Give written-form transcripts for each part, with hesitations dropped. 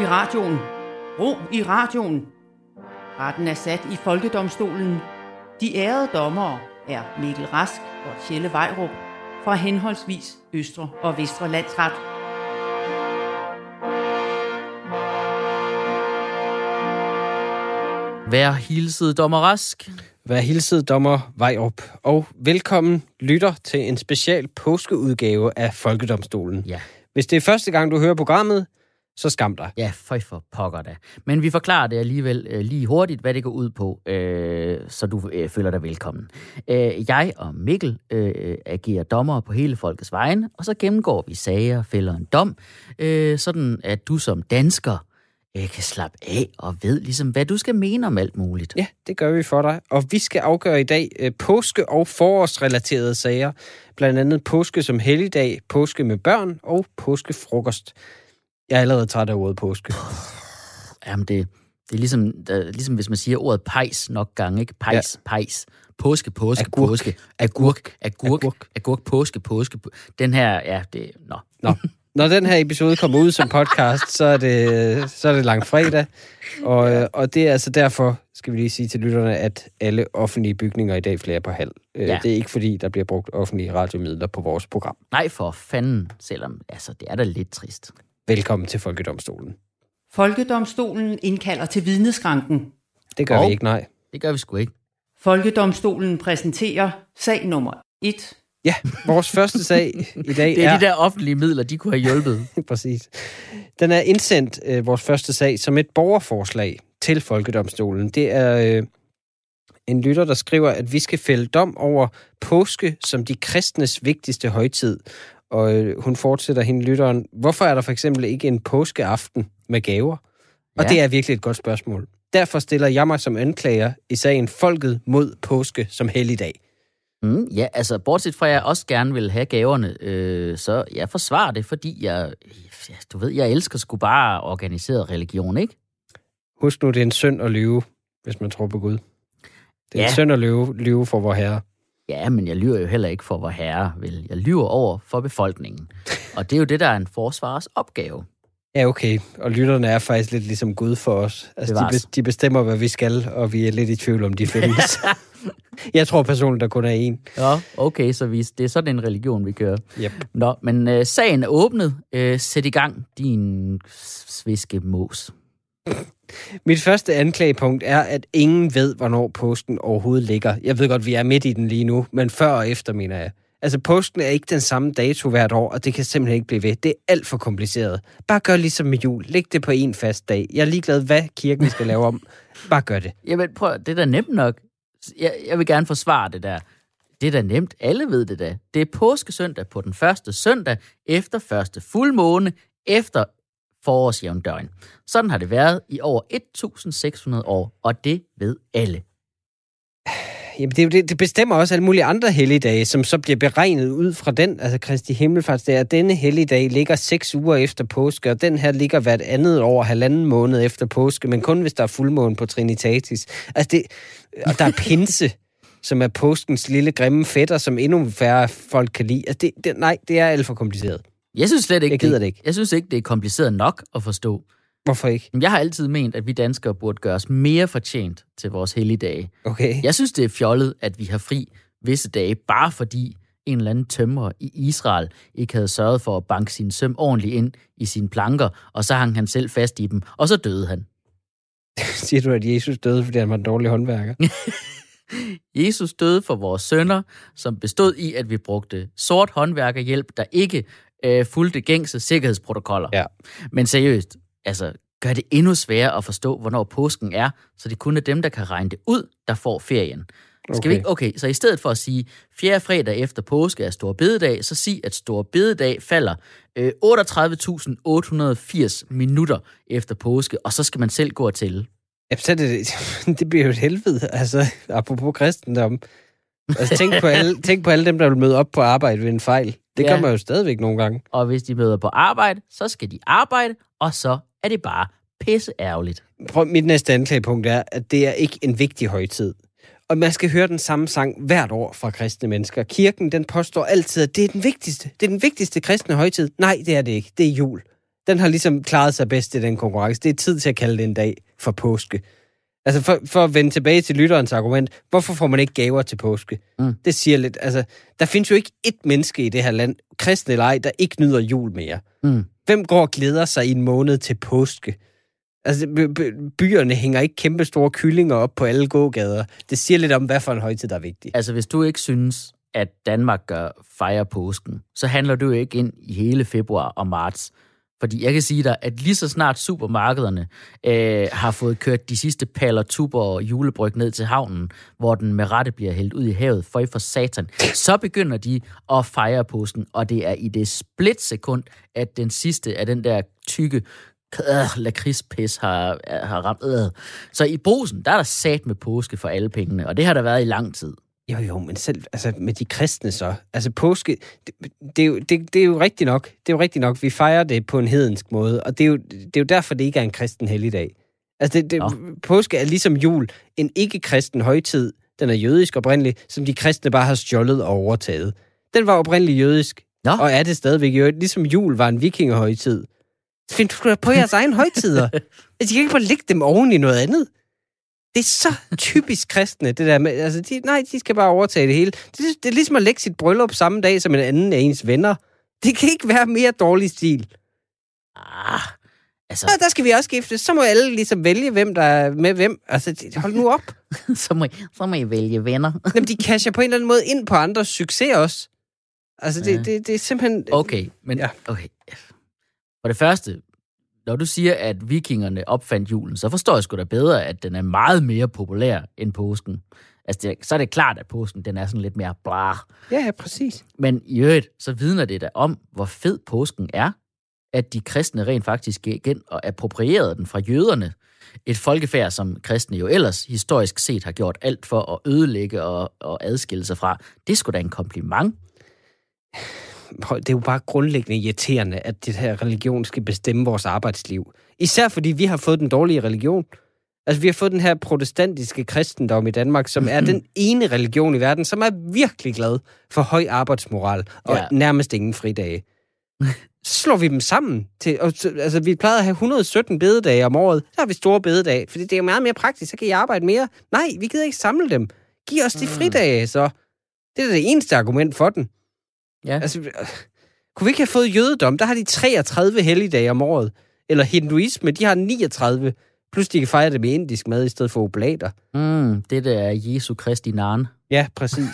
i radioen. Ro i radioen. Retten er sat i Folkedomstolen. De ærede dommere er Mikkel Rask og Tjelle Vejrup fra henholdsvis Østre og Vestre Landsret. Vær hilset, dommer Rask. Vær hilset, dommer Vejrup. Og velkommen lytter til en special påskeudgave af Folkedomstolen. Ja. Hvis det er første gang, du hører programmet, så skam dig. Ja, for pokker da. Men vi forklarer det alligevel lige hurtigt, hvad det går ud på, så du føler dig velkommen. Jeg og Mikkel agerer dommer på hele folkets vegne, og så gennemgår vi sager, fælder en dom, sådan at du som dansker kan slappe af og ved ligesom, hvad du skal mene om alt muligt. Ja, det gør vi for dig. Og vi skal afgøre i dag påske- og forårsrelaterede sager. Blandt andet påske som helligdag, påske med børn og påskefrokost. Jeg er allerede træt af ordet påske. Jamen, det er ligesom hvis man siger ordet pejs nok gange, ikke? Pejs, ja. Pejs. Påske, agurk. påske. Agurk, påske. Den her, ja, det... Nå. Når den her episode kommer ud som podcast, så er det langfredag. Og det er altså derfor, skal vi lige sige til lytterne, at alle offentlige bygninger i dag flere på halv. Ja. Det er ikke fordi, der bliver brugt offentlige radiomidler på vores program. Nej, for fanden, selvom det er da lidt trist. Velkommen til Folkedomstolen. Folkedomstolen indkalder til vidneskranken. Det gør vi ikke, nej. Det gør vi sgu ikke. Folkedomstolen præsenterer sag nummer 1. Ja, vores første sag i dag det er de der offentlige midler, de kunne have hjulpet. Præcis. Den er indsendt, vores første sag, som et borgerforslag til Folkedomstolen. Det er en lytter, der skriver, at vi skal fælde dom over påske som de kristnes vigtigste højtid. Og hun fortsætter hende lytteren, hvorfor er der for eksempel ikke en påskeaften med gaver? Og det er virkelig et godt spørgsmål. Derfor stiller jeg mig som anklager i sagen Folket mod påske som helligdag. Ja, altså bortset fra, at jeg også gerne vil have gaverne, så jeg forsvarer det, fordi jeg elsker sgu bare organiseret religion, ikke? Husk nu, det er en synd at lyve, hvis man tror på Gud. Det er en synd at lyve for vor Herre. Ja, men jeg lyver jo heller ikke for vor Herre, vel? Jeg lyver over for befolkningen. Og det er jo det, der er en forsvarers opgave. Ja, okay. Og lytterne er faktisk lidt ligesom Gud for os. Altså, de bestemmer, hvad vi skal, og vi er lidt i tvivl om, de findes. Jeg tror personligt, der kun er en. Ja, okay, så det er sådan en religion, vi kører. Yep. Nå, men sagen er åbnet. Sæt i gang, din sviske mås. Mit første anklagepunkt er, at ingen ved, hvornår påsken overhovedet ligger. Jeg ved godt, vi er midt i den lige nu, men før og efter, mener jeg. Altså, påsken er ikke den samme dato hvert år, og det kan simpelthen ikke blive ved. Det er alt for kompliceret. Bare gør ligesom med jul. Læg det på en fast dag. Jeg er ligeglad, hvad kirken skal lave om. Bare gør det. Jamen, prøv, det er da nemt nok. Jeg vil gerne forsvare det der. Det er da nemt. Alle ved det da. Det er påskesøndag på den første søndag, efter første fuldmåne, efter forårsjævndøgn. Sådan har det været i over 1600 år, og det ved alle. Jamen, det bestemmer også alle mulige andre helligdage, som så bliver beregnet ud fra den, altså Kristi Himmelfartsdag, at denne helligdag ligger 6 uger efter påske, og den her ligger hvert andet år, 1,5 måned efter påske, men kun hvis der er fuldmåne på Trinitatis. Altså og der er pinse, som er påskens lille grimme fætter, som endnu færre folk kan lide. Altså nej, det er alt for kompliceret. Jeg synes slet ikke, jeg gider det ikke. Jeg synes ikke, det er kompliceret nok at forstå. Hvorfor ikke? Jeg har altid ment, at vi danskere burde gøre os mere fortjent til vores helligdage. Okay. Jeg synes, det er fjollet, at vi har fri visse dage, bare fordi en eller anden tømrer i Israel ikke havde sørget for at banke sin søm ordentligt ind i sine planker, og så hang han selv fast i dem, og så døde han. Siger du, at Jesus døde, fordi han var en dårlig håndværker? Jesus døde for vores synder, som bestod i, at vi brugte sort håndværkerhjælp, der ikke fulgte gængse sikkerhedsprotokoller. Ja. Men seriøst, altså, gør det endnu sværere at forstå, hvornår påsken er, så det kun er dem, der kan regne det ud, der får ferien. Skal vi ikke? Okay, så i stedet for at sige, 4. fredag efter påske er Store Bededag, så sig, at Store Bededag falder 38.880 minutter efter påske, og så skal man selv gå og tælle. Ja, så det bliver jo et helvede, altså, apropos kristendom. Altså, tænk på alle dem, der vil møde op på arbejde ved en fejl. Det gør man jo stadigvæk nogle gange. Og hvis de møder på arbejde, så skal de arbejde, og så er det bare pisseærgerligt. Mit næste anklagepunkt er, at det er ikke en vigtig højtid. Og man skal høre den samme sang hvert år fra kristne mennesker. Kirken, den påstår altid, at det er den vigtigste. Det er den vigtigste kristne højtid. Nej, det er det ikke. Det er jul. Den har ligesom klaret sig bedst i den konkurrence. Det er tid til at kalde det en dag for påske. Altså for at vende tilbage til lytterens argument, hvorfor får man ikke gaver til påske? Det siger lidt, altså, der findes jo ikke ét menneske i det her land, kristne eller ej, der ikke nyder jul mere. Hvem går og glæder sig i en måned til påske? Altså, byerne hænger ikke kæmpe store kyllinger op på alle gågader. Det siger lidt om, hvad for en højtid, der er vigtig. Altså, hvis du ikke synes, at Danmark fejrer påsken, så handler du jo ikke ind i hele februar og marts. Fordi jeg kan sige dig, at lige så snart supermarkederne har fået kørt de sidste paller, tuber og julebryg ned til havnen, hvor den med rette bliver hældt ud i havet, for satan, så begynder de at fejre påsken, og det er i det splitsekund, at den sidste af den der tykke lakridspis har ramt. Så i Brugsen, der er der sat med påske for alle pengene, og det har der været i lang tid. Jo, men selv altså med de kristne så. Altså påske, det er jo rigtigt nok. Det er jo rigtigt nok. Vi fejrer det på en hedensk måde, og det er jo derfor, det ikke er en kristen helligdag. Altså påske er ligesom jul, en ikke-kristen højtid. Den er jødisk oprindelig, som de kristne bare har stjålet og overtaget. Den var oprindelig jødisk, og er det stadigvæk jødisk. Ligesom jul var en vikingehøjtid. Find du da på jeres egen højtider. I kan ikke bare lægge dem oven i noget andet. Det er så typisk kristne, det der med, altså, de skal bare overtage det hele. Det er ligesom at lægge sit bryllup samme dag som en anden af ens venner. Det kan ikke være mere dårlig stil. Altså... der skal vi også giftes. Så må alle ligesom vælge, hvem der er med hvem. Altså, hold nu op. så må I vælge venner. Jamen, de casher på en eller anden måde ind på andres succes også. Altså, det er simpelthen... Okay, men... Ja. Okay. For det første... Når du siger, at vikingerne opfandt julen, så forstår jeg sgu da bedre, at den er meget mere populær end påsken. Altså, så er det klart, at påsken den er sådan lidt mere blah. Ja, præcis. Men i øvrigt, så vidner det da om, hvor fed påsken er, at de kristne rent faktisk gik igen og approprierede den fra jøderne. Et folkefærd, som kristne jo ellers historisk set har gjort alt for at ødelægge og adskille sig fra. Det er sgu da en kompliment. Det er jo bare grundlæggende irriterende, at det her religion skal bestemme vores arbejdsliv. Især fordi vi har fået den dårlige religion. Altså, vi har fået den her protestantiske kristendom i Danmark, som er den ene religion i verden, som er virkelig glad for høj arbejdsmoral og nærmest ingen fridage. Så slår vi dem sammen til... Altså, vi plejede at have 117 bededage om året. Så har vi store bededag, fordi det er meget mere praktisk. Så kan I arbejde mere. Nej, vi gider ikke samle dem. Giv os de fridage, så. Det er det eneste argument for den. Ja. Altså, kunne vi ikke have fået jødedom? Der har de 33 helligdage om året. Eller hinduisme, de har 39. Plus de kan fejre det med indisk mad i stedet for oblater. Det der er Jesu Kristi naren. Ja, præcis.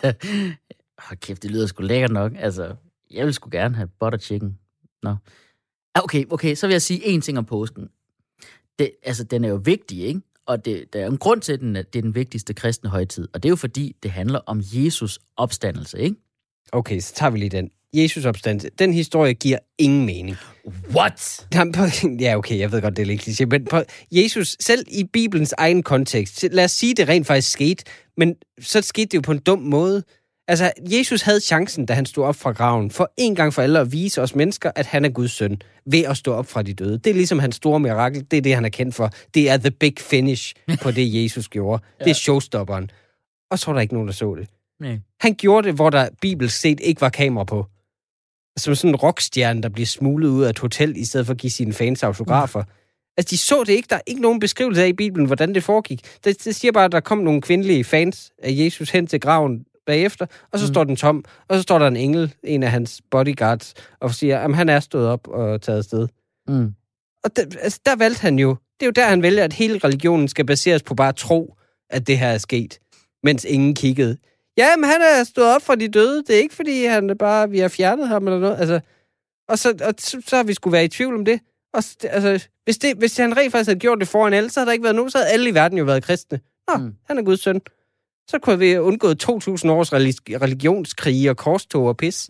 Kæft, det lyder sgu lækkert nok. Altså, jeg vil sgu gerne have butter chicken. Nå. Okay, så vil jeg sige en ting om påsken. Den er jo vigtig, ikke? Og der er en grund til, at det er den vigtigste kristne højtid. Og det er jo fordi, det handler om Jesus opstandelse, ikke? Okay, så tager vi lige den. Jesus opstandelse. Den historie giver ingen mening. What? Ja, okay, jeg ved godt, det er lidt kliché, men Jesus, selv i Bibelens egen kontekst, lad os sige, det rent faktisk skete, men så skete det jo på en dum måde. Altså, Jesus havde chancen, da han stod op fra graven, for en gang for alle at vise os mennesker, at han er Guds søn, ved at stå op fra de døde. Det er ligesom hans store mirakel, det er det, han er kendt for. Det er the big finish på det, Jesus gjorde. Ja. Det er showstopperen. Og så var der ikke nogen, der så det. Nej. Han gjorde det, hvor der bibelsk set ikke var kamera på. Som sådan en rockstjerne, der bliver smuglet ud af et hotel, i stedet for at give sine fans autografer. Altså, de så det ikke. Der er ikke nogen beskrivelse af i Bibelen, hvordan det foregik. Det siger bare, at der kom nogle kvindelige fans af Jesus hen til graven bagefter, og så står den tom, og så står der en engel, en af hans bodyguards, og siger, at han er stået op og taget afsted. Og der valgte han jo, det er jo der, han vælger, at hele religionen skal baseres på bare tro, at det her er sket, mens ingen kiggede. Jamen, han er stået op fra de døde. Det er ikke, fordi vi har fjernet ham eller noget. Altså, og så har vi skulle være i tvivl om det. Og, altså, hvis han rent faktisk havde gjort det foran alle, så havde der ikke været nogen, så havde alle i verden jo været kristne. Han er Guds søn. Så kunne vi have undgået 2.000 års religionskrige og korstog og pis.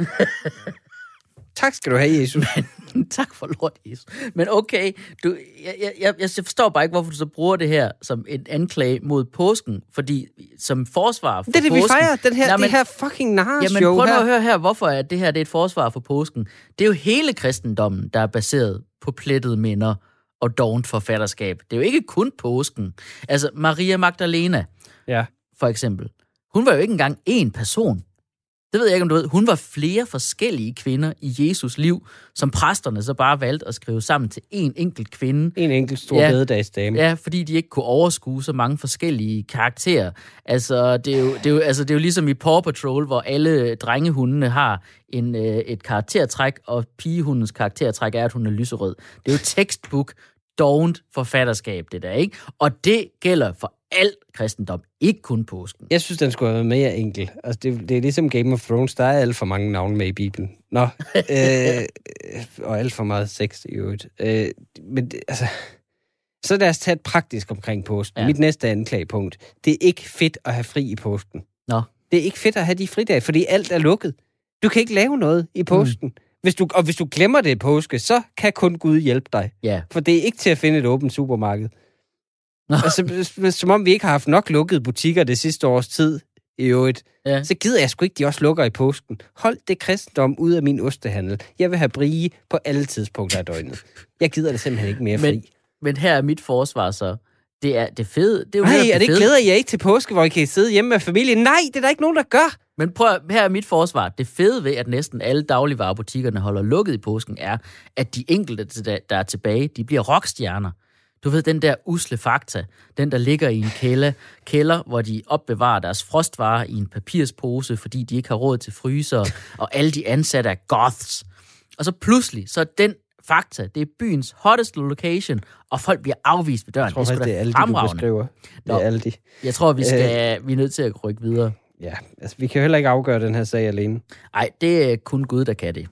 Tak skal du have, Jesus. Tak for lort, Jesus. Men okay, jeg forstår bare ikke, hvorfor du så bruger det her som en anklage mod påsken, fordi som forsvar for påsken... Det er det, vi fejrer, det her fucking narreshow her. Jamen prøv at høre her, hvorfor er det her det er et forsvar for påsken. Det er jo hele kristendommen, der er baseret på plettede minder og dovent forfatterskab. Det er jo ikke kun påsken. Altså, Maria Magdalena, for eksempel, hun var jo ikke engang én person. Det ved jeg ikke, om du ved. Hun var flere forskellige kvinder i Jesus liv, som præsterne så bare valgte at skrive sammen til en enkelt kvinde. En enkelt stor bededagsdame. Ja, fordi de ikke kunne overskue så mange forskellige karakterer. Altså, det er jo ligesom i Paw Patrol, hvor alle drengehundene har et karaktertræk, og pigehundens karaktertræk er, at hun er lyserød. Det er jo textbook don't forfatterskab, det der, ikke? Og det gælder for alt kristendom, ikke kun påsken. Jeg synes, den skulle have været mere enkel. Altså, det er ligesom Game of Thrones, der er alt for mange navne med i Bibelen. Nå, og alt for meget sex i øvrigt. Men altså, så lad os tage et praktisk omkring påsken. Ja. Mit næste anklagepunkt. Det er ikke fedt at have fri i påsken. Nå. Det er ikke fedt at have de fridage, fordi alt er lukket. Du kan ikke lave noget i påsken. Hvis du glemmer det i påske, så kan kun Gud hjælpe dig. Ja. For det er ikke til at finde et åbent supermarked. Altså, som om vi ikke har haft nok lukkede butikker det sidste års tid i øvrigt, så gider jeg sgu ikke, de også lukker i påsken. Hold det kristendom ud af min ostehandel. Jeg vil have brie på alle tidspunkter af døgnet. Jeg gider det simpelthen ikke mere fri. Men her er mit forsvar så. Det er det fede. Det er jo er det glæder jeg ikke til påske, hvor I kan sidde hjemme med familien? Nej, det er der ikke nogen, der gør. Men prøv, her er mit forsvar. Det fede ved, at næsten alle dagligvarebutikkerne holder lukket i påsken, er, at de enkelte, der er tilbage, de bliver rockstjerner. Du ved, den der usle Fakta, den der ligger i en kælder, hvor de opbevarer deres frostvarer i en papirspose, fordi de ikke har råd til fryser, og alle de ansatte er goths. Og så pludselig, så er den Fakta, det er byens hottest location, og folk bliver afvist ved døren. Jeg tror faktisk, det er alle de, du beskriver. Det er alle de. Jeg tror, vi er nødt til at rykke videre. Ja, altså vi kan jo heller ikke afgøre den her sag alene. Nej, det er kun Gud, der kan det.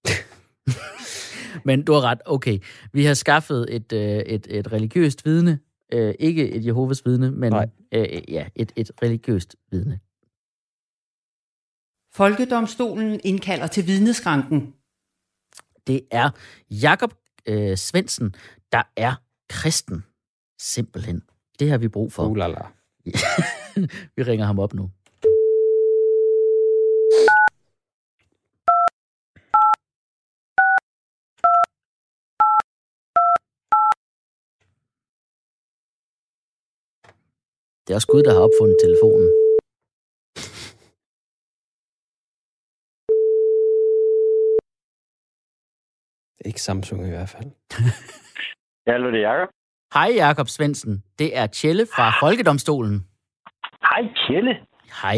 Men du har ret, okay. Vi har skaffet et religiøst vidne. Ikke et Jehovas vidne, men et religiøst vidne. Folkedomstolen indkalder til vidneskranken. Det er Jakob Svendsen, der er kristen. Simpelthen. Det har vi brug for. Ulala. Vi ringer ham op nu. Det er også Gud, der har opfundet telefonen. Ikke Samsung i hvert fald. Hallo, det er Jakob. Hej Jakob Svendsen. Det er Tjelle fra Folkedomstolen. Hej Tjelle. Hej.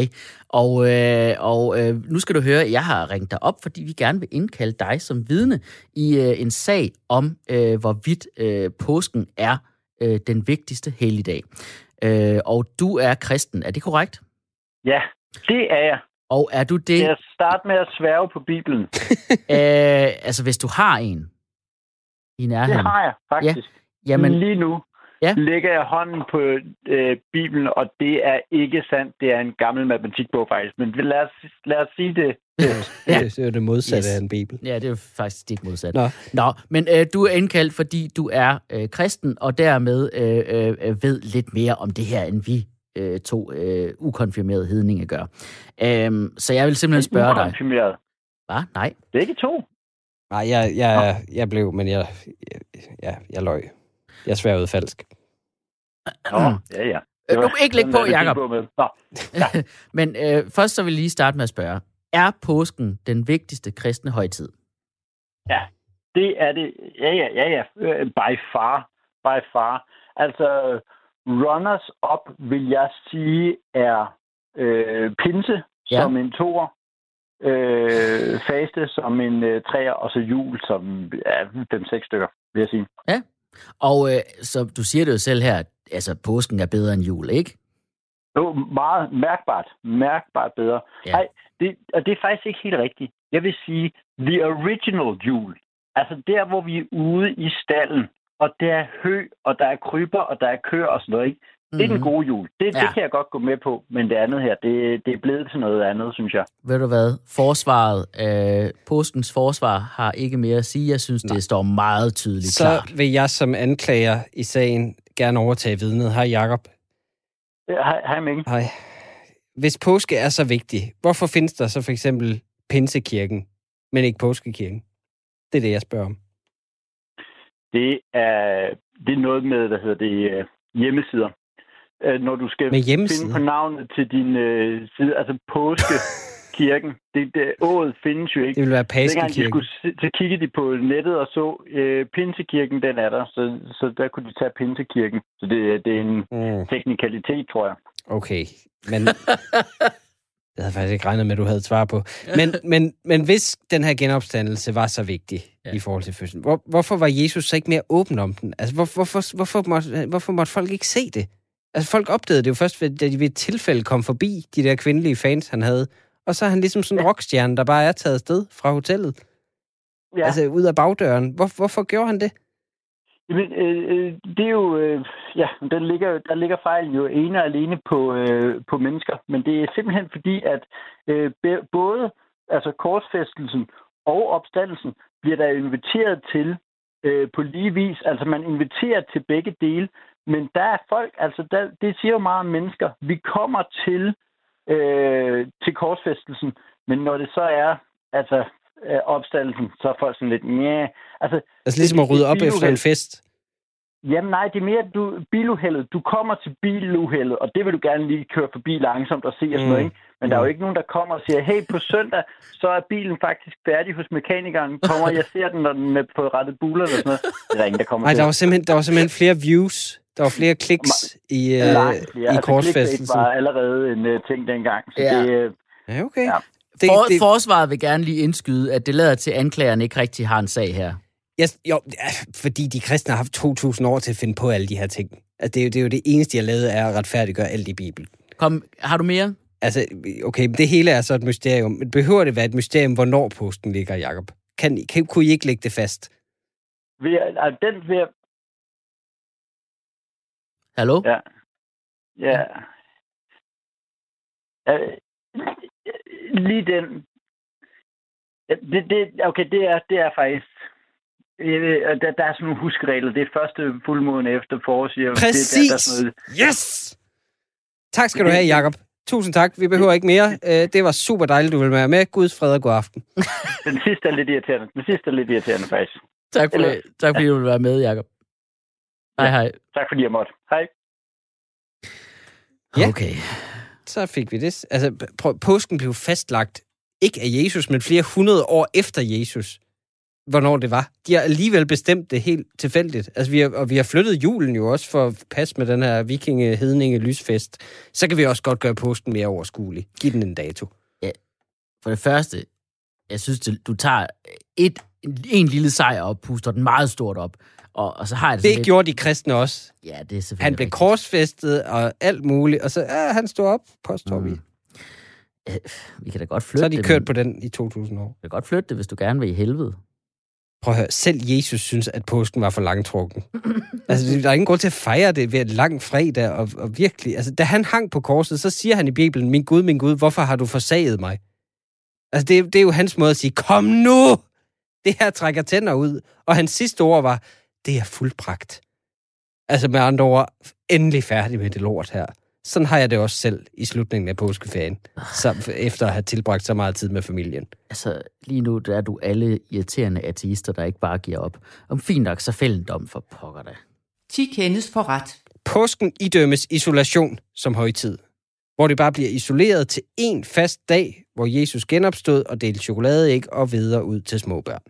Og nu skal du høre, jeg har ringet dig op, fordi vi gerne vil indkalde dig som vidne i en sag om, hvorvidt påsken er den vigtigste helligdag. Og du er kristen, er det korrekt? Ja, det er jeg. Og er du det? Jeg starter med at sværge på Bibelen. Altså, hvis du har en i nærheden. Det har jeg, faktisk. Ja. Jamen, lige nu lægger jeg hånden på Bibelen, og det er ikke sandt. Det er en gammel matematikbog, faktisk. Men lad os sige det. Det er det modsatte af en bibel. Ja, det er jo faktisk ikke modsat. Nå, men du er indkaldt, fordi du er kristen, og dermed ved lidt mere om det her, end vi to ukonfirmerede hedninge gør. Så jeg vil simpelthen spørge dig. Ukonfirmeret? Hvad? Nej. Det er ikke to. Nej, jeg blev, men jeg løg. Jeg sværgede falsk. Ja. Du må ikke lægge på, Jakob. Men først så vil jeg lige starte med at spørge. Er påsken den vigtigste kristne højtid? Ja, det er det. Ja. By far. Altså, runners up, vil jeg sige, er pinse som en toer, faste som en treer, og så jul som 5-6 stykker, vil jeg sige. Ja, og så du siger det jo selv her, altså påsken er bedre end jul, ikke? Jo, meget mærkbart bedre. Ja. Ej, det er faktisk ikke helt rigtigt. Jeg vil sige, the original jul. Altså der, hvor vi er ude i stallen, og der er hø, og der er kryber, og der er køer og sådan noget, ikke? Det er den gode jul. Det kan jeg godt gå med på, men det andet her, det er blevet til noget andet, synes jeg. Ved du hvad? Påskens forsvar har ikke mere at sige. Jeg synes, det står meget tydeligt klart. Så vil jeg som anklager i sagen gerne overtage vidnet. Hej Jakob. Hej Mikkel. Hej. Hvis påske er så vigtig, hvorfor findes der så for eksempel Pinsekirken, men ikke Påskekirken? Det er det, jeg spørger om. Det er noget med, hjemmesider. Når du skal finde på navnet til din side, altså kirken. Ået findes jo ikke. Det vil være påskekirken. Så kiggede de på nettet og så, pinsekirken, den er der. Så der kunne de tage pinsekirken. Så det er en teknikalitet, tror jeg. Okay, men... Det havde jeg faktisk ikke regnet med, at du havde et svar på. Men hvis den her genopstandelse var så vigtig i forhold til fødslen, hvorfor var Jesus så ikke mere åben om den? Altså, hvorfor måtte folk ikke se det? Altså, folk opdagede det jo først, da de ved et tilfælde kom forbi de der kvindelige fans, han havde. Og så er han ligesom sådan en rockstjerne, der bare er taget afsted fra hotellet. Ja. Altså, ud af bagdøren. Hvorfor gjorde han det? Jamen, det er jo... der ligger fejlen jo ene og alene på mennesker. Men det er simpelthen fordi, at både altså korsfæstelsen og opstandelsen bliver der inviteret til på lige vis. Altså, man inviterer til begge dele. Men der er folk... Altså, det siger jo meget om mennesker. Vi kommer til korsfæstelsen, men når det så er... Altså, opstandelsen, så er folk sådan lidt... Altså ligesom at rydde op efter en fest? Jamen nej, det er mere biluheldet. Du kommer til biluheldet, og det vil du gerne lige køre forbi langsomt og se og sådan noget, ikke? Men der er jo ikke nogen, der kommer og siger, hey, på søndag, så er bilen faktisk færdig hos mekanikeren. Kommer, jeg ser den, når den er på rettet buler eller sådan noget. Det er ingen, der kommer. Nej, der var simpelthen flere views. Der var flere kliks i korsfæstelsen. Det var allerede en ting dengang. Så ja. Det, okay. Ja. Forsvaret vil gerne lige indskyde, at det lader til, at anklageren ikke rigtig har en sag her. Fordi de kristne har haft 2.000 år til at finde på alle de her ting. Altså, det er jo det eneste, de har lavet, er at retfærdiggøre alt i Bibelen. Kom, har du mere? Altså, okay, det hele er så et mysterium. Men behøver det være et mysterium, hvornår påsken ligger, Jacob? Kunne I ikke lægge det fast? Hallo? Ja. Lige den. Det er faktisk... Der er sådan nogle huskeregler. Det er første fuldmåne efter forårsjævn. Præcis! Yes! Tak skal du have, Jacob. Tusind tak. Vi behøver ikke mere. Det var super dejligt, du ville være med. Guds fred og god aften. Den sidste er lidt irriterende, faktisk. Tak fordi du ville være med, Jacob. Hej. Tak fordi jeg måtte. Hej. Ja. Okay. Så fik vi det. Altså, påsken blev fastlagt, ikke af Jesus, men flere hundrede år efter Jesus, hvornår det var. De har alligevel bestemt det helt tilfældigt. Altså, vi har flyttet julen jo også for at passe med den her vikinge-hedninge-lysfest. Så kan vi også godt gøre påsken mere overskuelig. Giv den en dato. Ja. For det første, jeg synes, du tager en lille sejr og puster den meget stort op. Og så har jeg det gjorde de kristne også. Ja, det er selvfølgelig han blev korsfæstet og alt muligt, og så han stod op, påstår vi. Vi kan da godt flytte det. Så har de kørt på den i 2000 år. Vi kan godt flytte det, hvis du gerne vil i helvede. Prøv at høre, selv Jesus synes, at påsken var for langtrukken. Altså, der er ingen grund til at fejre det ved et langt fredag, og virkelig... Altså, da han hang på korset, så siger han i Bibelen, min Gud, hvorfor har du forsaget mig? Altså, det er jo hans måde at sige, kom nu! Det her trækker tænder ud. Og hans sidste ord var, det er fuldbragt. Altså med andre ord, endelig færdig med det lort her. Sådan har jeg det også selv i slutningen af påskeferien, efter at have tilbragt så meget tid med familien. Altså, lige nu der er du alle irriterende ateister, der ikke bare giver op. Om fint nok, så fælden dom for pokker da. 10 kendes for ret. Påsken idømmes isolation som højtid, hvor det bare bliver isoleret til en fast dag, hvor Jesus genopstod og delte chokoladeæg og videre ud til små børn.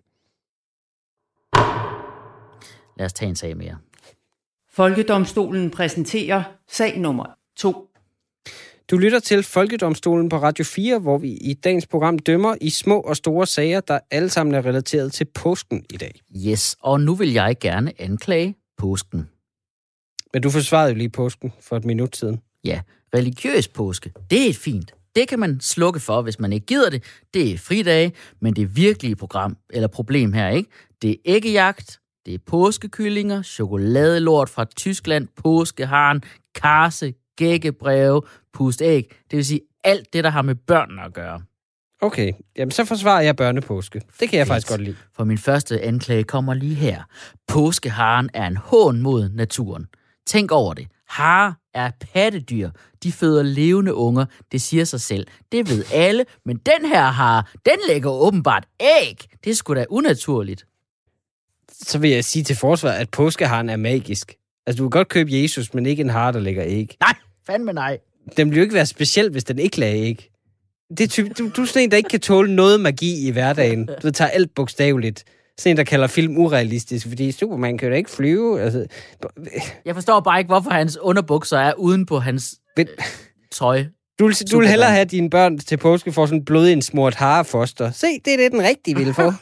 Lad os tage en sag mere. Folkedomstolen præsenterer sag nummer 2. Du lytter til Folkedomstolen på Radio 4, hvor vi i dagens program dømmer i små og store sager, der alle sammen er relateret til påsken i dag. Yes, og nu vil jeg gerne anklage påsken. Men du forsvarede jo lige påsken for et minut siden. Ja, religiøs påske, det er fint. Det kan man slukke for, hvis man ikke gider det. Det er fridage, men det virkelige problem her, ikke? Det er æggejagt, det er påskekyllinger, chokoladelort fra Tyskland, påskeharen, karse, gækkebreve, pustæg. Det vil sige alt det, der har med børnene at gøre. Okay, jamen så forsvarer jeg børnepåske. Det kan jeg faktisk godt lide. For min første anklage kommer lige her. Påskeharen er en hån mod naturen. Tænk over det. Harer er pattedyr. De føder levende unger. Det siger sig selv. Det ved alle. Men den her hare, den lægger åbenbart æg. Det er sgu da unaturligt. Så vil jeg sige til forsvar, at påskeharen er magisk. Altså, du kan godt købe Jesus, men ikke en hare, der lægger æg. Nej, fandme nej. Den ville jo ikke være speciel, hvis den ikke lagde æg. Det er du er sådan en, der ikke kan tåle noget magi i hverdagen. Du tager alt bogstaveligt. Sådan en, der kalder film urealistisk, fordi Superman kan jo da ikke flyve. Altså. Jeg forstår bare ikke, hvorfor hans underbukser er uden på hans tøj. Du vil hellere have dine børn til påske for sådan en blodsmurt harefoster. Se, det er det, den rigtige ville få.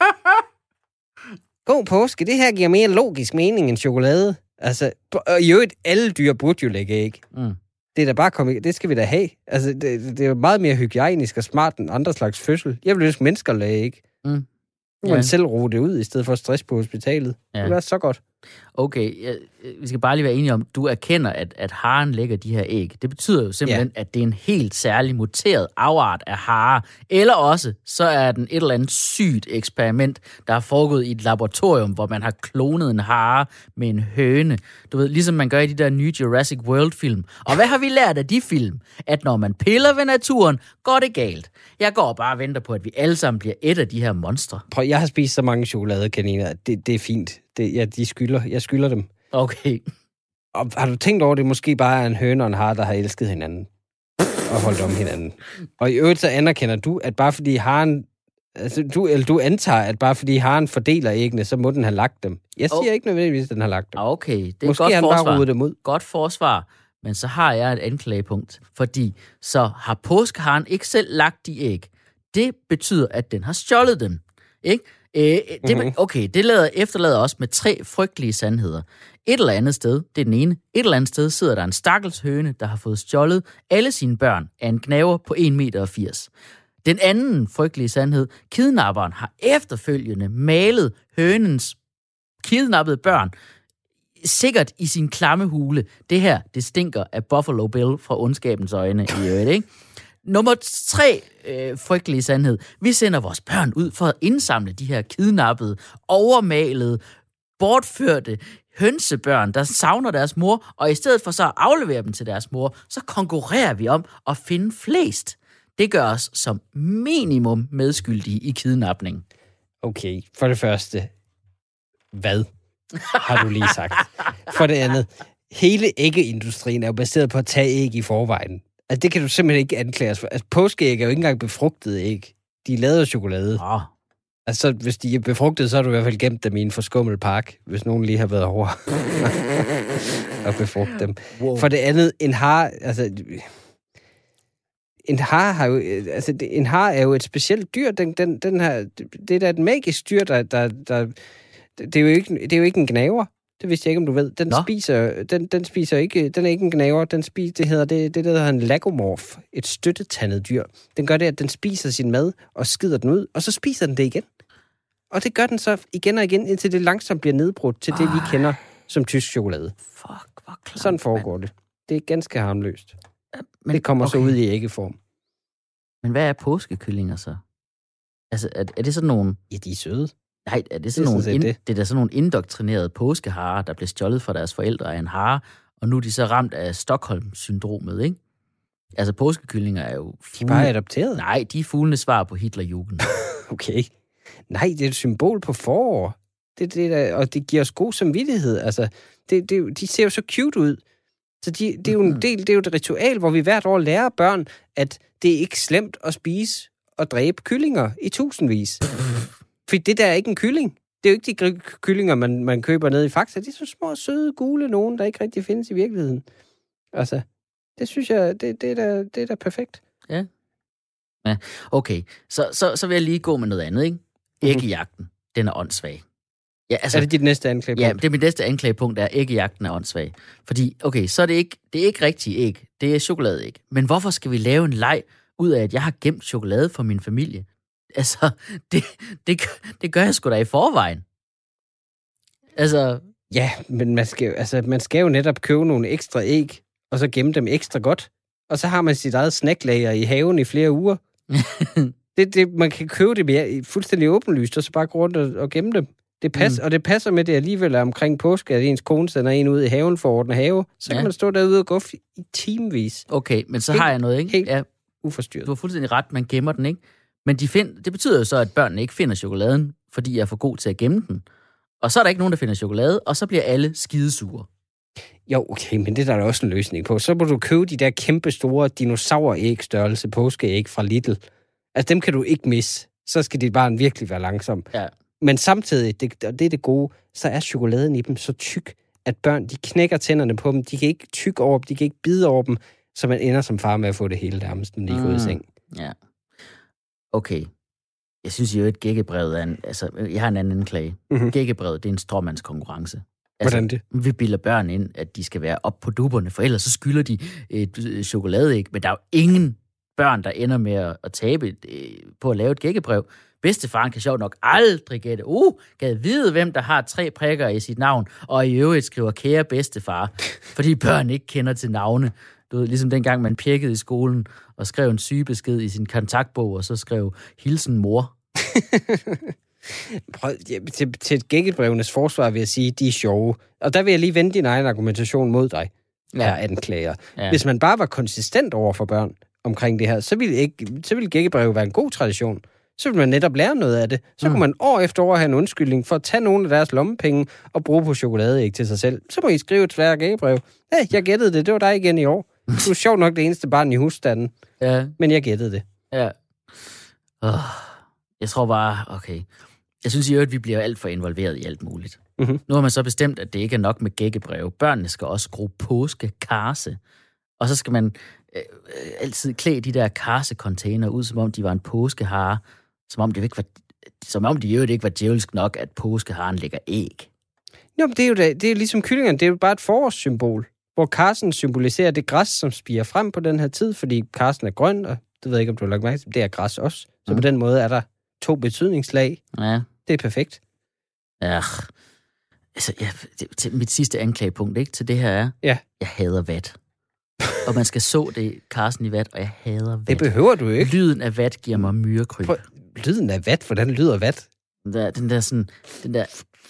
God påske, det her giver mere logisk mening end chokolade. Altså, og i øvrigt, alle dyr burde jo lægge æg. Mm. Det er da bare det skal vi da have. Altså, det er jo meget mere hygiejnisk og smart end andre slags fødsel. Jeg vil ønske mennesker lagde æg. Mm. Nu man selv roe det ud, i stedet for stress på hospitalet. Ja. Det er så godt. Okay, vi skal bare lige være enige om, du erkender, at haren lægger de her æg. Det betyder jo simpelthen, at det er en helt særlig muteret afart af hare. Eller også, så er den et eller andet sygt eksperiment, der er foregået i et laboratorium, hvor man har klonet en hare med en høne. Du ved, ligesom man gør i de der nye Jurassic World-film. Og hvad har vi lært af de film? At når man piller ved naturen, går det galt. Jeg går bare og venter på, at vi alle sammen bliver et af de her monstre. Prøv, jeg har spist så mange chokoladekaniner. Det er fint. Jeg skylder dem. Okay. Og har du tænkt over, det måske bare er en høne og en hare, der har elsket hinanden? Og holdt om hinanden. Og i øvrigt så anerkender du, at bare fordi haren... Altså, du antager, at bare fordi haren fordeler æggene, så må den have lagt dem. Jeg siger ikke nødvendigvis, at den har lagt dem. Okay, det er måske godt forsvar. Bare rodet dem ud. Godt forsvar. Men så har jeg et anklagepunkt. Fordi så har påskeharen ikke selv lagt de æg. Det betyder, at den har stjålet dem. Ikke? Okay, det efterlader os med 3 frygtelige sandheder. Et eller andet sted, det er den ene, et eller andet sted sidder der en stakkels høne, der har fået stjålet alle sine børn af en gnaver på 1,80 meter. Den anden frygtelige sandhed, kidnapperen har efterfølgende malet hønens kidnappede børn sikkert i sin klamme hule. Det her, det stinker af Buffalo Bill fra ondskabens øjne i øvrigt, ikke? Nummer 3 frygtelige sandhed. Vi sender vores børn ud for at indsamle de her kidnappede, overmalede, bortførte hønsebørn, der savner deres mor, og i stedet for så at aflevere dem til deres mor, så konkurrerer vi om at finde flest. Det gør os som minimum medskyldige i kidnapning. Okay, for det første, hvad har du lige sagt? For det andet, hele æggeindustrien er jo baseret på at tage æg i forvejen. Altså, det kan du simpelthen ikke anklage os for. Altså, påskeæg er jo ikke engang befrugtede æg. De er lavet af chokolade. Oh. Altså, hvis de er befrugtede, så har du i hvert fald gemt dem i en forskummel park, hvis nogen lige har været over og befrugte dem. Wow. For det andet, en hare, altså... En hare er jo et specielt dyr. Den her, det er da et magisk dyr, der det er jo ikke en gnaver. Det vidste jeg ikke, om du ved. Den spiser ikke, den er ikke en gnaver. Det hedder en lagomorf, et støttetandet dyr. Den gør det, at den spiser sin mad og skider den ud, og så spiser den det igen. Og det gør den så igen og igen, indtil det langsomt bliver nedbrudt til det, vi kender som tysk chokolade. Fuck, hvor klart. Sådan foregår det. Det er ganske harmløst. Men, det kommer så ud i æggeform. Men hvad er påskekyllinger så? Altså, er det sådan nogle... Ja, de er søde. Nej, er det sådan nogle... Det er da sådan nogle indoktrinerede påskeharer, der blev stjålet fra deres forældre af en hare, og nu er de så ramt af Stockholm-syndromet, ikke? Altså, påskekyllinger er jo... De er bare adopteret? Nej, de er fuglenes svar på Hitlerjugend. Okay. Nej, det er et symbol på forår. Og det giver os god samvittighed. Altså, de ser jo så cute ud. Så det er jo en del, det er jo et ritual, hvor vi hvert år lærer børn, at det er ikke slemt at spise og dræbe kyllinger i tusindvis. For det der er ikke en kylling. Det er jo ikke de kyllinger, man køber nede i Fakta. De er så små, søde, gule nogen, der ikke rigtig findes i virkeligheden. Altså, det synes jeg, det er da perfekt. Ja. Ja, okay. Så vil jeg lige gå med noget andet, ikke? Æggejagten, den er åndssvag. Ja, altså, er det dit næste anklagepunkt? Ja, det er mit næste anklagepunkt, er æggejagten er åndssvag. Fordi, okay, så er det er ikke rigtig æg. Det er chokoladeæg. Men hvorfor skal vi lave en leg ud af, at jeg har gemt chokolade for min familie? Altså, det gør jeg sgu da i forvejen. Altså... Ja, men man skal jo netop købe nogle ekstra æg, og så gemme dem ekstra godt. Og så har man sit eget snacklager i haven i flere uger. Man kan købe det mere fuldstændig åbenlyst, og så bare gå rundt og gemme dem. Og det passer med, det alligevel er omkring påske, at ens kone sender en ud i haven for at ordne have. Så kan man stå derude og gå i timevis. Okay, men så har jeg noget, ikke? Helt uforstyrret. Du har fuldstændig ret, man gemmer den, ikke? Men det betyder jo så, at børnene ikke finder chokoladen, fordi jeg er for god til at gemme den. Og så er der ikke nogen, der finder chokolade, og så bliver alle skidesure. Jo, okay, men det er der også en løsning på. Så må du købe de der kæmpe store dinosauræg-størrelse påskeæg fra Lidl, Altså, dem kan du ikke misse. Så skal dit barn virkelig være langsom. Ja. Men samtidig, og det er det gode, så er chokoladen i dem så tyk, at børn, de knækker tænderne på dem. De kan ikke tykke over dem, de kan ikke bide over dem, så man ender som far med at få det hele nærmest, når de er gået i seng. Ja. Okay. Jeg synes jo, at gækkebrevet er jeg har en anden klage. Mm-hmm. Gækkebrevet, det er en stråmandskonkurrence. Hvordan det? Vi bilder børn ind, at de skal være op på dupperne, for ellers så skylder de et chokoladeæg. Men der er jo ingen børn, der ender med at tabe på at lave et gækkebrev. Bedstefaren kan sjovt nok aldrig gætte. Gad vide, hvem der har 3 prikker i sit navn, og i øvrigt skriver kære bedstefar, fordi børn ikke kender til navne. Du ved, ligesom dengang man pjekkede i skolen og skrev en sygebesked i sin kontaktbog, og så skrev hilsen mor. Til et gækkebrevenes forsvar vil jeg sige, de er sjove. Og der vil jeg lige vende din egen argumentation mod dig, her anklager. Ja. Hvis man bare var konsistent over for børn omkring det her, så ville gækkebrev være en god tradition. Så ville man netop lære noget af det. Så kunne man år efter år have en undskyldning for at tage nogle af deres lommepenge og bruge på chokoladeæg til sig selv. Så må I skrive et svært gækkebrev. Hey, jeg gættede det. Det var dig igen i år. Du er sjovt nok det eneste barn i husstanden. Ja. Men jeg gættede det. Ja. Jeg tror bare, okay. Jeg synes jo, at vi bliver alt for involveret i alt muligt. Mm-hmm. Nu har man så bestemt, at det ikke er nok med gækkebrev. Børnene skal også skrue påskekarse. Og så skal man altid klæde de der karsecontainer ud, som om de var en påskehare. Som om de jo ikke var djævelsk nok, at påskeharen lægger æg. Jo, men det er jo ligesom kyllingerne. Det er jo bare et forårssymbol, hvor karsen symboliserer det græs, som spiger frem på den her tid, fordi karsen er grøn, og det ved jeg ikke, om du har lagt mærke til, det er græs også. Så på den måde er der 2 betydningslag. Ja. Det er perfekt. Ja. Altså, mit sidste anklagepunkt, ikke, til det her er, jeg hader vat. Og man skal så det, karsen i vat, og jeg hader vat. Det behøver du ikke. Lyden af vat giver mig myrekryb. Lyden af vat? Hvordan lyder vat? Den der...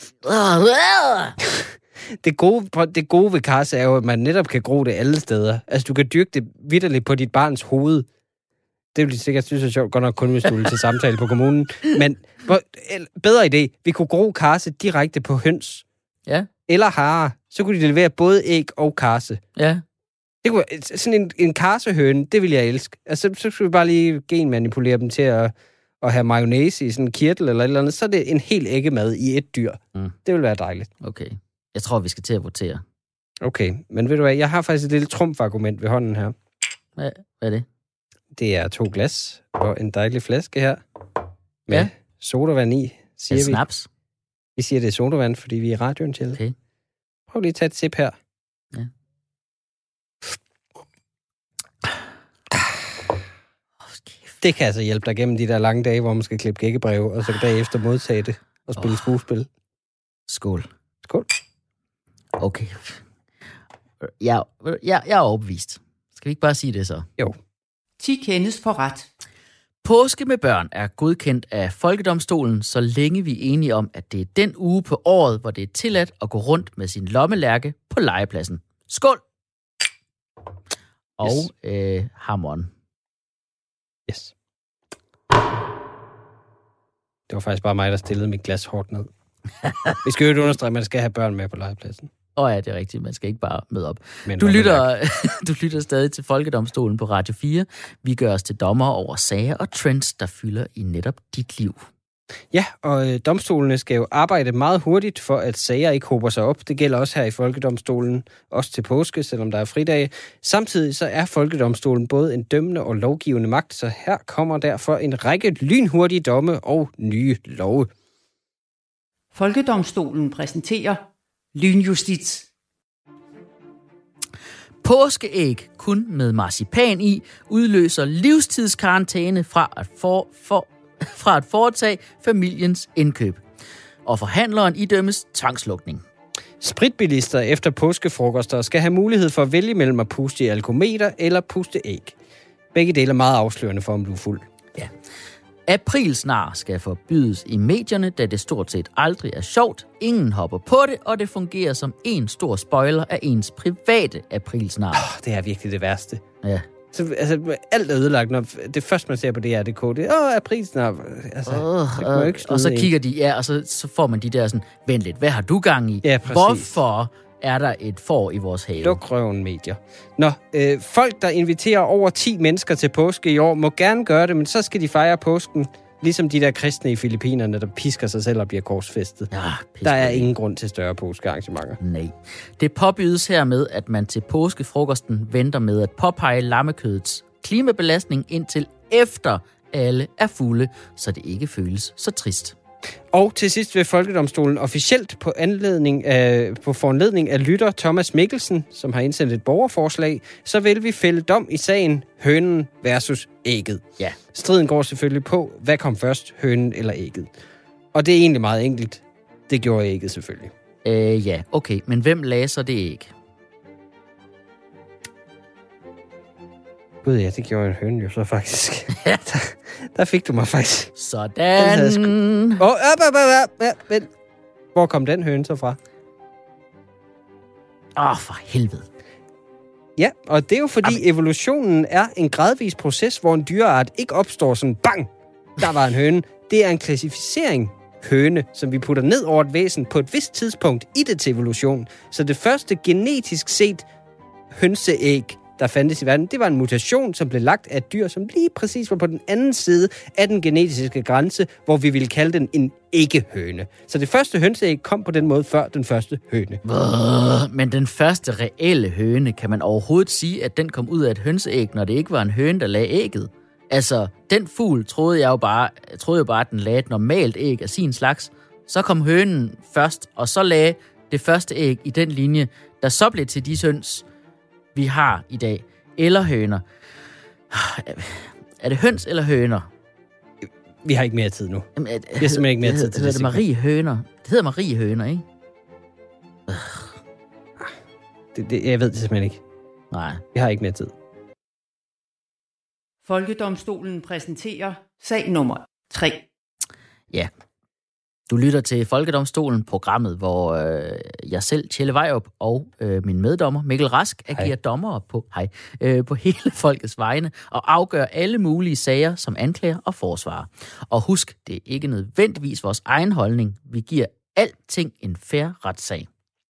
Det gode ved karse er jo, at man netop kan gro det alle steder. Altså, du kan dyrke det vitterligt på dit barns hoved. Det vil de sikkert synes er sjovt, godt nok kun hvis du til samtale på kommunen. Men bedre idé, vi kunne gro karse direkte på høns. Ja. Eller harer. Så kunne de levere både æg og karse. Ja. Det kunne, sådan en karsehøne, det vil jeg elske. Altså, så skulle vi bare lige genmanipulere dem til at have mayonnaise i sådan en kirtel eller et eller andet. Så er det en hel æggemad i et dyr. Det vil være dejligt. Okay. Jeg tror, vi skal til at votere. Okay, men ved du hvad, jeg har faktisk et lille trumfargument ved hånden her. Hvad er det? Det er 2 glas og en dejlig flaske her med sodavand i, siger vi. Snaps? Vi siger, det er sodavand, fordi vi er i radioen til. Okay. Prøv lige at tage et sip her. Ja. Det kan altså hjælpe dig gennem de der lange dage, hvor man skal klippe gækkebreve, og så bagefter modtage det og spille skuespil. Skål. Skål. Okay. Jeg er overbevist. Skal vi ikke bare sige det så? Jo. 10 kendes for ret. Påske med børn er godkendt af Folkedomstolen, så længe vi er enige om, at det er den uge på året, hvor det er tilladt at gå rundt med sin lommelærke på legepladsen. Skål! Og hammeren. Yes. Det var faktisk bare mig, der stillede mit glas hårdt ned. Vi skal jo understrege, at man skal have børn med på legepladsen. Ja, det er rigtigt. Man skal ikke bare møde op. Du lytter stadig til Folkedomstolen på Radio 4. Vi gør os til dommer over sager og trends, der fylder i netop dit liv. Ja, og domstolene skal jo arbejde meget hurtigt for, at sager ikke hober sig op. Det gælder også her i Folkedomstolen, også til påske, selvom der er fridage. Samtidig så er Folkedomstolen både en dømmende og lovgivende magt, så her kommer derfor en række lynhurtige domme og nye love. Folkedomstolen præsenterer lynjustits. Påskeæg kun med marcipan i udløser livstidskarantæne fra at foretage familiens indkøb. Og forhandleren idømmes tvangslukning. Spritbilister efter påskefrokoster skal have mulighed for at vælge mellem at puste i alkometer eller puste æg. Begge dele er meget afslørende for, om du er fuld. Ja. Aprilsnar skal forbydes i medierne, da det stort set aldrig er sjovt. Ingen hopper på det, og det fungerer som en stor spoiler af ens private aprilsnar. Det er virkelig det værste. Ja. Så, altså, alt er ødelagt, når det første, man ser på DR.dk, det er, aprilsnar. Altså, og så kigger de, og så får man de der sådan, vent lidt, hvad har du gang i? Ja, præcis. Hvorfor er der et får i vores have. Luk røven, medier. Nå, folk, der inviterer over 10 mennesker til påske i år, må gerne gøre det, men så skal de fejre påsken, ligesom de der kristne i Filippinerne, der pisker sig selv og bliver korsfæstet. Ja, der er ingen grund til større påskearrangementer. Nej. Det påbydes hermed, at man til påskefrokosten venter med at påpege lammekødets klimabelastning indtil efter alle er fulde, så det ikke føles så trist. Og til sidst vil Folkedomstolen officielt på foranledning af lytter Thomas Mikkelsen, som har indsendt et borgerforslag, så vil vi fælde dom i sagen hønen versus ægget. Ja. Striden går selvfølgelig på, hvad kom først, hønen eller ægget. Og det er egentlig meget enkelt. Det gjorde ægget selvfølgelig. Ja, okay. Men hvem læser det ikke? Gud ja, det gjorde en høne jo så faktisk. der fik du mig faktisk. Sådan. Hvor kom den høne så fra? For helvede. Ja, og det er jo fordi evolutionen er en gradvis proces, hvor en dyreart ikke opstår sådan bang, der var en høne. Det er en klassificering høne, som vi putter ned over et væsen på et vist tidspunkt i dets evolution. Så det første genetisk set hønseæg, der fandtes i verden, det var en mutation, som blev lagt af et dyr, som lige præcis var på den anden side af den genetiske grænse, hvor vi ville kalde den en æggehøne. Så det første hønseæg kom på den måde før den første høne. Men den første reelle høne, kan man overhovedet sige, at den kom ud af et hønseæg, når det ikke var en høne, der lagde ægget? Altså, den fugl troede jeg jo bare, at den lagde et normalt æg af sin slags. Så kom hønen først, og så lagde det første æg i den linje, der så blev til de høns, vi har i dag. Eller høner. Er det høns eller høner? Vi har ikke mere tid nu. Vi har simpelthen ikke mere tid til det. Det Marie Høner. Det hedder Marie Høner, ikke? Jeg ved det simpelthen ikke. Nej. Vi har ikke mere tid. Folkedomstolen præsenterer sag nummer 3. Ja. Du lytter til Folkedomstolen, programmet, hvor jeg selv, Tjelle Vejrup, og min meddommer, Mikkel Rask, agerer dommere på hele folkets vegne og afgør alle mulige sager som anklager og forsvarer. Og husk, det er ikke nødvendigvis vores egen holdning. Vi giver alting en fair retssag.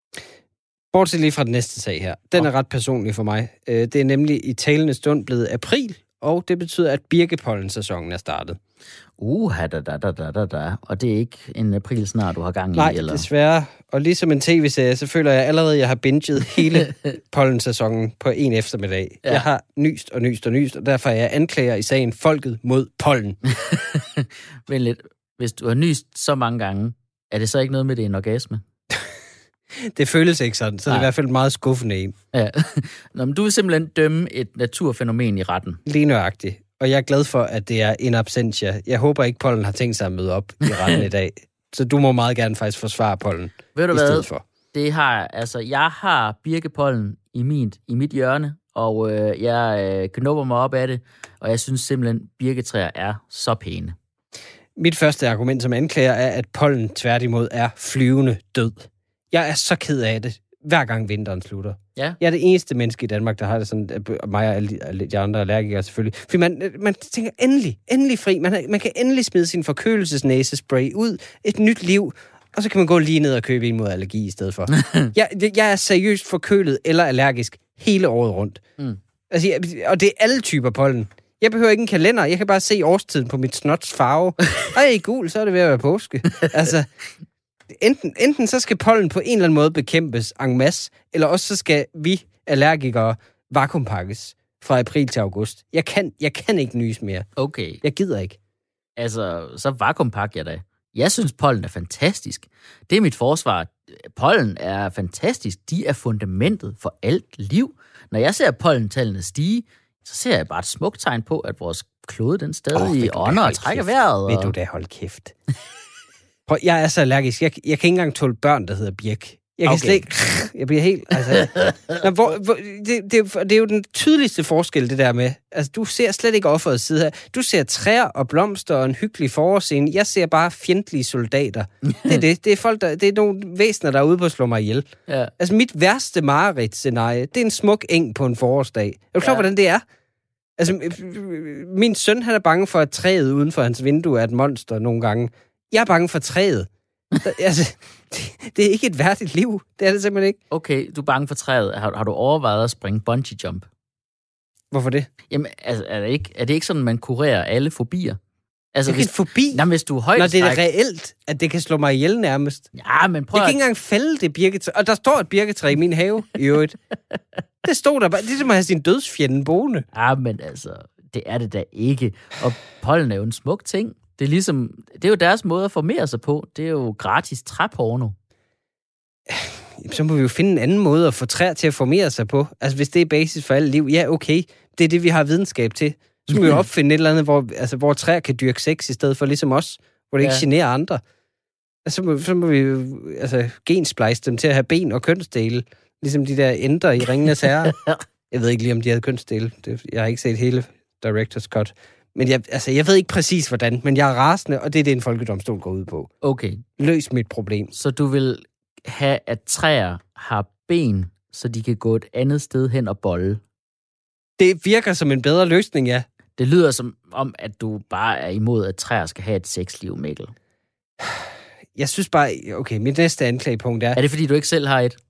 Bortset lige fra den næste sag her. Den er ret personlig for mig. Det er nemlig i talende stund blevet april, og det betyder, at birkepollensæsonen er startet. Og det er ikke en april snart, du har gang i? Nej, eller? Desværre. Og ligesom en tv-serie, så føler jeg allerede, at jeg har binget hele pollensæsonen på en eftermiddag. Ja. Jeg har nyst, og derfor er jeg anklager i sagen Folket mod pollen. Vent lidt. Hvis du har nyst så mange gange, er det så ikke noget med, det er en orgasme? Det føles ikke sådan, så det er i hvert fald meget skuffende en. Ja. Nå, men du vil simpelthen dømme et naturfænomen i retten. Lige nøjagtigt. Og jeg er glad for, at det er in absentia. Jeg håber ikke, pollen har tænkt sig at møde op i retten i dag. Så du må meget gerne faktisk forsvare pollen. Ved du i stedet for. Jeg har birkepollen i mit hjørne, og jeg knupper mig op af det, og jeg synes simpelthen, birketræer er så pæne. Mit første argument som anklager er, at pollen tværtimod er flyvende død. Jeg er så ked af det, hver gang vinteren slutter. Ja. Jeg er det eneste menneske i Danmark, der har det sådan, mig og alle de andre allergikere selvfølgelig. Fordi man tænker, endelig fri. Man kan endelig smide sin forkølelsesnæsespray ud, et nyt liv, og så kan man gå lige ned og købe en mod allergi i stedet for. Jeg er seriøst forkølet eller allergisk hele året rundt. Altså, og det er alle typer pollen. Jeg behøver ikke en kalender, jeg kan bare se årstiden på mit snots farve. Og i gul, så er det ved at være påske. Altså... Enten så skal pollen på en eller anden måde bekæmpes en masse, eller også så skal vi allergikere vakuumpakkes fra april til august. Jeg kan ikke nyse mere. Okay. Jeg gider ikke. Altså, så vakuumpakker jeg da. Jeg synes, pollen er fantastisk. Det er mit forsvar. Pollen er fantastisk. De er fundamentet for alt liv. Når jeg ser pollentallene stige, så ser jeg bare et smukt tegn på, at vores klode den stadig ånder og trækker vejret. Vil du da holde kæft? Jeg er så allergisk. Jeg kan ikke engang tåle børn, der hedder Birk. Jeg kan slet ikke... Jeg bliver helt... Altså, det er jo den tydeligste forskel, det der med... Altså, du ser slet ikke offerets side her. Du ser træer og blomster og en hyggelig forårsscene. Jeg ser bare fjendtlige soldater. Det er det. Det er folk, det er nogle væsener, der er ude på at slå mig ihjel. Ja. Altså, mit værste mareridtscenarie, det er en smuk eng på en forårsdag. Er du klar, hvordan det er? Altså, min søn, han er bange for, at træet uden for hans vindue er et monster nogle gange. Jeg er bange for træet. Altså, det er ikke et værdigt liv. Det er det simpelthen ikke. Okay, du er bange for træet. Har du overvejet at springe bungee jump? Hvorfor det? Jamen, altså, er det ikke sådan, man kurerer alle fobier? Altså, det er en fobi? Nej, hvis du er højt. Når det er reelt, at det kan slå mig ihjel nærmest. Ja, men prøv jeg kan ikke engang fælde det birketræ. Og der står et birketræ i min have, i øvrigt. Det stod der bare. Det er som at have sin dødsfjende boende. Ja, men altså, det er det da ikke. Og pollen er jo en smuk ting. Det er jo deres måde at formere sig på. Det er jo gratis træporno. Så må vi jo finde en anden måde at få træer til at formere sig på. Altså, hvis det er basis for alt liv, ja, okay. Det er det, vi har videnskab til. Så må vi jo opfinde et eller andet, hvor træer kan dyrke sex i stedet for ligesom os, hvor det ikke generer andre. Altså, så må vi jo gensplice dem til at have ben og kønsdele, ligesom de der ender i Ringenes Herre. Jeg ved ikke lige, om de havde kønsdele. Jeg har ikke set hele Director's Cut. Men jeg ved ikke præcis, hvordan, men jeg er rasende, og det er det, en folkedomstol går ud på. Okay. Løs mit problem. Så du vil have, at træer har ben, så de kan gå et andet sted hen og bolle? Det virker som en bedre løsning, ja. Det lyder som om, at du bare er imod, at træer skal have et sexliv, Mikkel. Jeg synes bare... Okay, mit næste anklagepunkt er... Er det, fordi du ikke selv har et?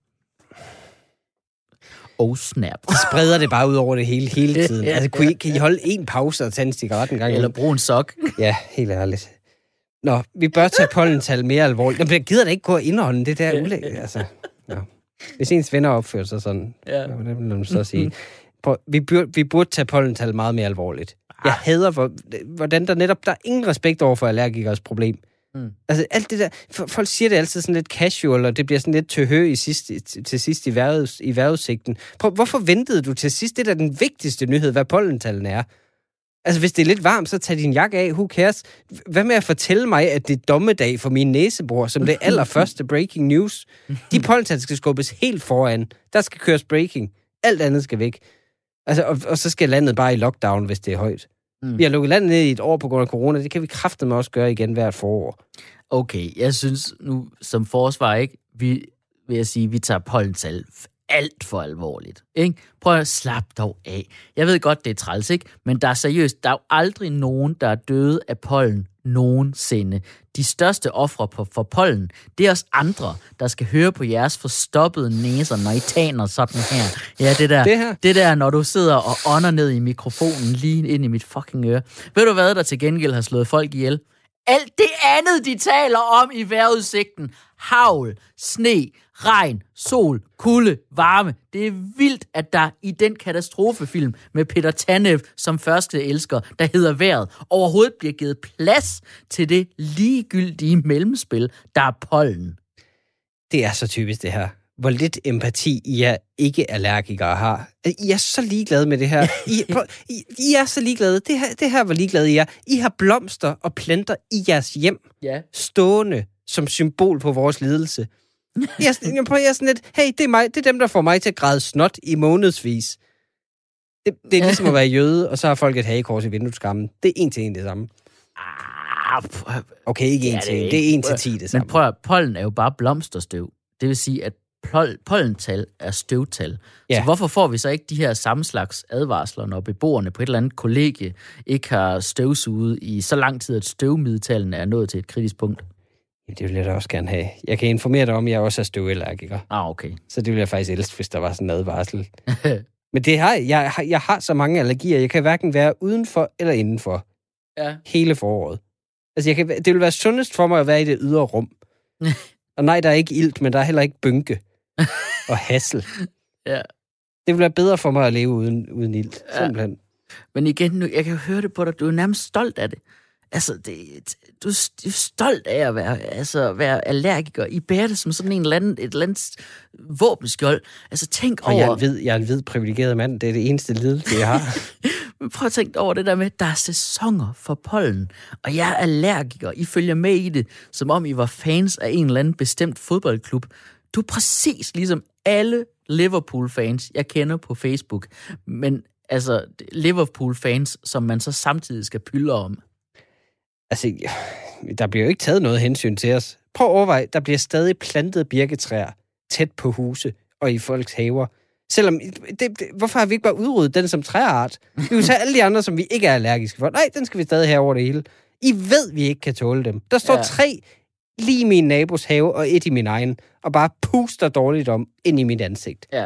Snap. De spreder det bare ud over det hele tiden. Altså, kan I holde en pause og tage en cigaret en gang? Eller bruge en sok? Ja, helt ærligt. Nå, vi bør tage pollental mere alvorligt. Jeg gider da ikke gå og indholde det der ulæg. Altså, ja. Hvis ens venner opfører sig sådan, det vil man så sige. Vi burde tage pollental meget mere alvorligt. Jeg hader, hvordan der er ingen respekt over for allergikers problem. Altså, alt det der... Folk siger det altid sådan lidt casual, og det bliver sådan lidt tøhø til sidst i vejrudsigten. Hvorfor ventede du til sidst? Det er da den vigtigste nyhed, hvad pollentallene er. Altså, hvis det er lidt varmt, så tag din jakke af. Who cares? Hvad med at fortælle mig, at det er dommedag for min næsebor, som det allerførste breaking news? De pollental skal skubbes helt foran. Der skal køres breaking. Alt andet skal væk. Altså, og så skal landet bare i lockdown, hvis det er højt. Vi har lukket landet ned i et år på grund af corona. Det kan vi kraftedeme også gøre igen hvert forår. Okay, jeg synes nu, som forsvar, ikke, vi tager pollental alt for alvorligt. Ikke? Prøv at slappe dog af. Jeg ved godt, det er træls, ikke? Men der er jo aldrig nogen, der er døde af pollen nogensinde. De største ofre for pollen, det er os andre, der skal høre på jeres forstoppede næser, når I taner sådan her. Ja, det der, når du sidder og ånder ned i mikrofonen lige ind i mit fucking øre. Ved du hvad, der til gengæld har slået folk ihjel? Alt det andet, de taler om i vejrudsigten. Hagl, sne, regn, sol, kulde, varme. Det er vildt, at der i den katastrofefilm med Peter Tanev som første elsker, der hedder Vejret, overhovedet bliver givet plads til det ligegyldige mellemspil, der er pollen. Det er så typisk det her. Hvor lidt empati I er ikke-allergikere har. I er så ligeglade med det her. I er så ligeglade. Det her, hvor ligeglade I er. I har blomster og planter i jeres hjem. Ja. Stående som symbol på vores lidelse. Jeg er sådan lidt, hey, det er mig. Det er dem, der får mig til at græde snot i månedsvis. Det er ligesom at være jøde, og så har folk et hagekors i vindueskammen. Det er en til en det samme. Okay, ikke en til en. Det er 1 til 10 det samme. Men prøv at, pollen er jo bare blomsterstøv. Det vil sige, at pollental er støvtal. Ja. Så hvorfor får vi så ikke de her samme slags advarsler, når beboerne på et eller andet kollegie ikke har støvsuget i så lang tid, at støvmiddeltallene er nået til et kritisk punkt? Det vil jeg da også gerne have. Jeg kan informere dig om, at jeg også er støvallergiker. Okay. Så det vil jeg faktisk elske, hvis der var sådan en advarsel. Men jeg har så mange allergier. Jeg kan hverken være udenfor eller indenfor. Ja. Hele foråret. Altså, det vil være sundest for mig at være i det ydre rum. Og nej, der er ikke ilt, men der er heller ikke bynke og hassel. Ja. Det vil være bedre for mig at leve uden ilt, simpelthen. Men igen, jeg kan jo høre det på dig, du er nærmest stolt af det. Altså, du er stolt af at være allergiker. I bærer det som sådan et eller andet våbenskjold. Altså, tænk over... Jeg er en hvid privilegeret mand. Det er det eneste lidelse, jeg har. Men prøv at tænke over det der med, at der er sæsoner for pollen, og jeg er allergiker. I følger med i det, som om I var fans af en eller anden bestemt fodboldklub. Du er præcis ligesom alle Liverpool-fans, jeg kender på Facebook. Men altså, Liverpool-fans, som man så samtidig skal pylre om. Altså, der bliver jo ikke taget noget hensyn til os. Prøv at overveje, der bliver stadig plantet birketræer tæt på huse og i folks haver. Selvom, hvorfor har vi ikke bare udryddet den som træart? Vi vil tage alle de andre, som vi ikke er allergiske for. Nej, den skal vi stadig have over det hele. I ved, vi ikke kan tåle dem. Der står 3 lige i min nabos have og et i min egen, og bare puster dårligt om ind i mit ansigt. Ja.